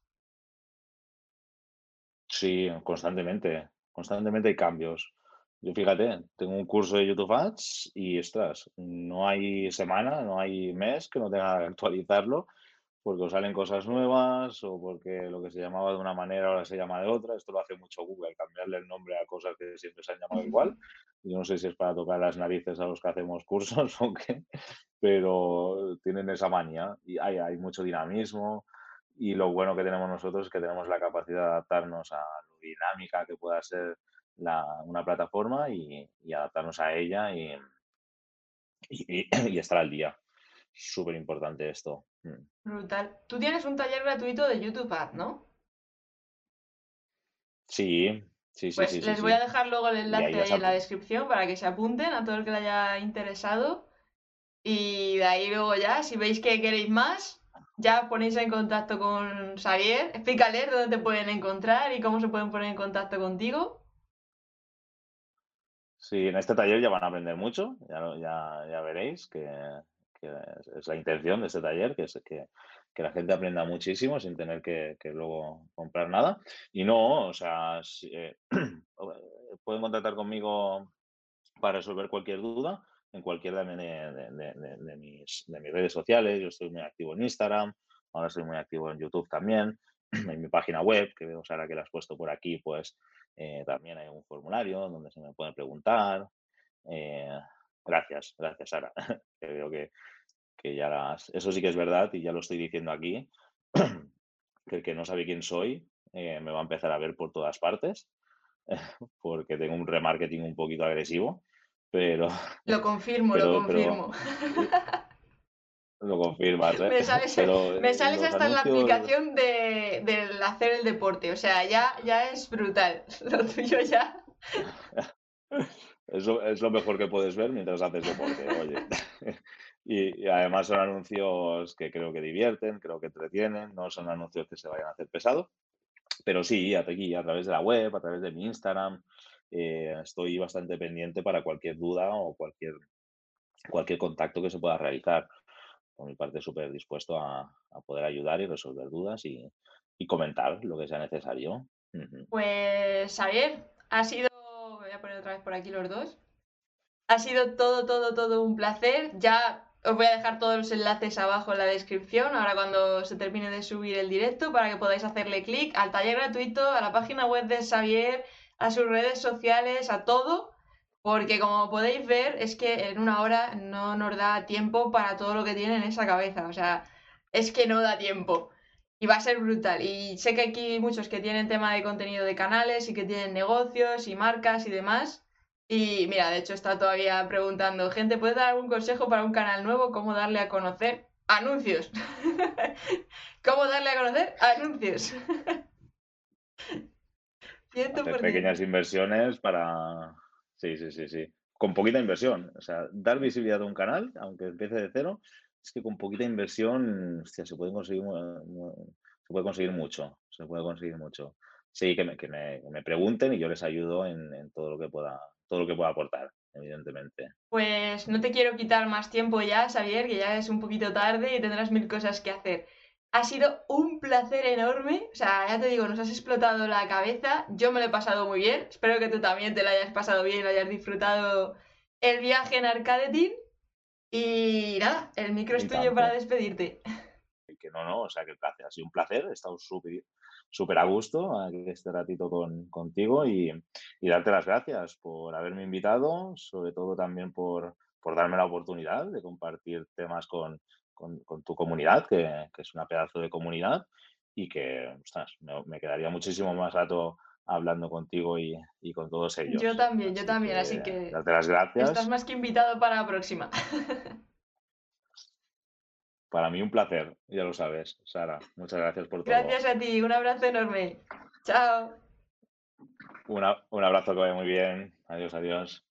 Sí, constantemente hay cambios. Yo fíjate, tengo un curso de YouTube Ads y, ostras, no hay semana, no hay mes que no tenga que actualizarlo porque os salen cosas nuevas o porque lo que se llamaba de una manera ahora se llama de otra. Esto lo hace mucho Google, cambiarle el nombre a cosas que siempre se han llamado igual. Yo no sé si es para tocar las narices a los que hacemos cursos o qué, pero tienen esa manía y hay mucho dinamismo. Y lo bueno que tenemos nosotros es que tenemos la capacidad de adaptarnos a lo dinámica que pueda ser una plataforma y adaptarnos a ella y estar al día. Súper importante esto. Brutal. Tú tienes un taller gratuito de YouTube Ad, ¿no? Sí, sí, sí, Pues sí, sí, les voy a sí. dejar luego el Y ahí enlace ya ahí en la sabes. descripción para que se apunten a todo el que le haya interesado. Y de ahí luego ya, si veis que queréis más, ya ponéis en contacto con Xavier. Explícales dónde te pueden encontrar y cómo se pueden poner en contacto contigo. Sí, en este taller ya van a aprender mucho, ya veréis que es la intención de este taller, que la gente aprenda muchísimo sin tener que luego comprar nada. Y no, o sea, pueden contactar conmigo para resolver cualquier duda en cualquiera de mis redes sociales. Yo estoy muy activo en Instagram, ahora estoy muy activo en YouTube también, en mi página web, que veo, Sara, que la has puesto por aquí, pues también hay un formulario donde se me puede preguntar. Eh, gracias, gracias, Sara. Que veo que eso sí que es verdad y ya lo estoy diciendo aquí, que el que no sabe quién soy me va a empezar a ver por todas partes porque tengo un remarketing un poquito agresivo, pero, Lo confirmo, lo pero confirmo. lo confirmas, ¿eh? Me sales, Pero me sales los hasta en la anuncios, aplicación del hacer el deporte. O sea, ya es brutal. Lo tuyo ya. es lo mejor que puedes ver mientras haces deporte, oye. Y además son anuncios que creo que divierten, creo que entretienen, no son anuncios que se vayan a hacer pesados. Pero sí, aquí a través de la web, a través de mi Instagram, estoy bastante pendiente para cualquier duda o cualquier contacto que se pueda realizar. Por mi parte, súper dispuesto a poder ayudar y resolver dudas y comentar lo que sea necesario. Ujú. Pues, Xavier, ha sido. Voy a poner otra vez por aquí los dos. Ha sido todo, todo, todo un placer. Ya os voy a dejar todos los enlaces abajo en la descripción, ahora cuando se termine de subir el directo, para que podáis hacerle clic al taller gratuito, a la página web de Xavier, a sus redes sociales, a todo, porque como podéis ver, es que en una hora no nos da tiempo para todo lo que tiene en esa cabeza. O sea, es que no da tiempo. Y va a ser brutal. Y sé que aquí hay muchos que tienen tema de contenido de canales y que tienen negocios y marcas y demás. Y mira, de hecho está todavía preguntando, gente, ¿puede dar algún consejo para un canal nuevo? ¿Cómo darle a conocer? Anuncios. ¿Cómo darle a conocer? Anuncios. Hacer 100%. pequeñas inversiones para... Sí, sí, sí, sí. Con poquita inversión. O sea, dar visibilidad a un canal, aunque empiece de cero, es que con poquita inversión, hostia, se puede conseguir mucho. Se puede conseguir mucho. Sí, que me pregunten y yo les ayudo en todo lo que pueda aportar, evidentemente. Pues no te quiero quitar más tiempo ya, Xavier, que ya es un poquito tarde y tendrás mil cosas que hacer. Ha sido un placer enorme, o sea, ya te digo, nos has explotado la cabeza, yo me lo he pasado muy bien, espero que tú también te lo hayas pasado bien y lo hayas disfrutado el viaje en Arcadetin y nada, el micro es Y tuyo para tanto. despedirte. Y que no, o sea, que el placer ha sido un placer, he estado súper a gusto este ratito contigo y darte las gracias por haberme invitado, sobre todo también por darme la oportunidad de compartir temas con tu comunidad, que es una pedazo de comunidad y que, ostras, me quedaría muchísimo más rato hablando contigo y con todos ellos. Yo Así también, así que que darte las estás gracias. más que invitado para la próxima. Para mí un placer, ya lo sabes, Sara. Muchas gracias por todo. Gracias a ti, un abrazo enorme. Chao. Un abrazo, que vaya muy bien. Adiós, adiós.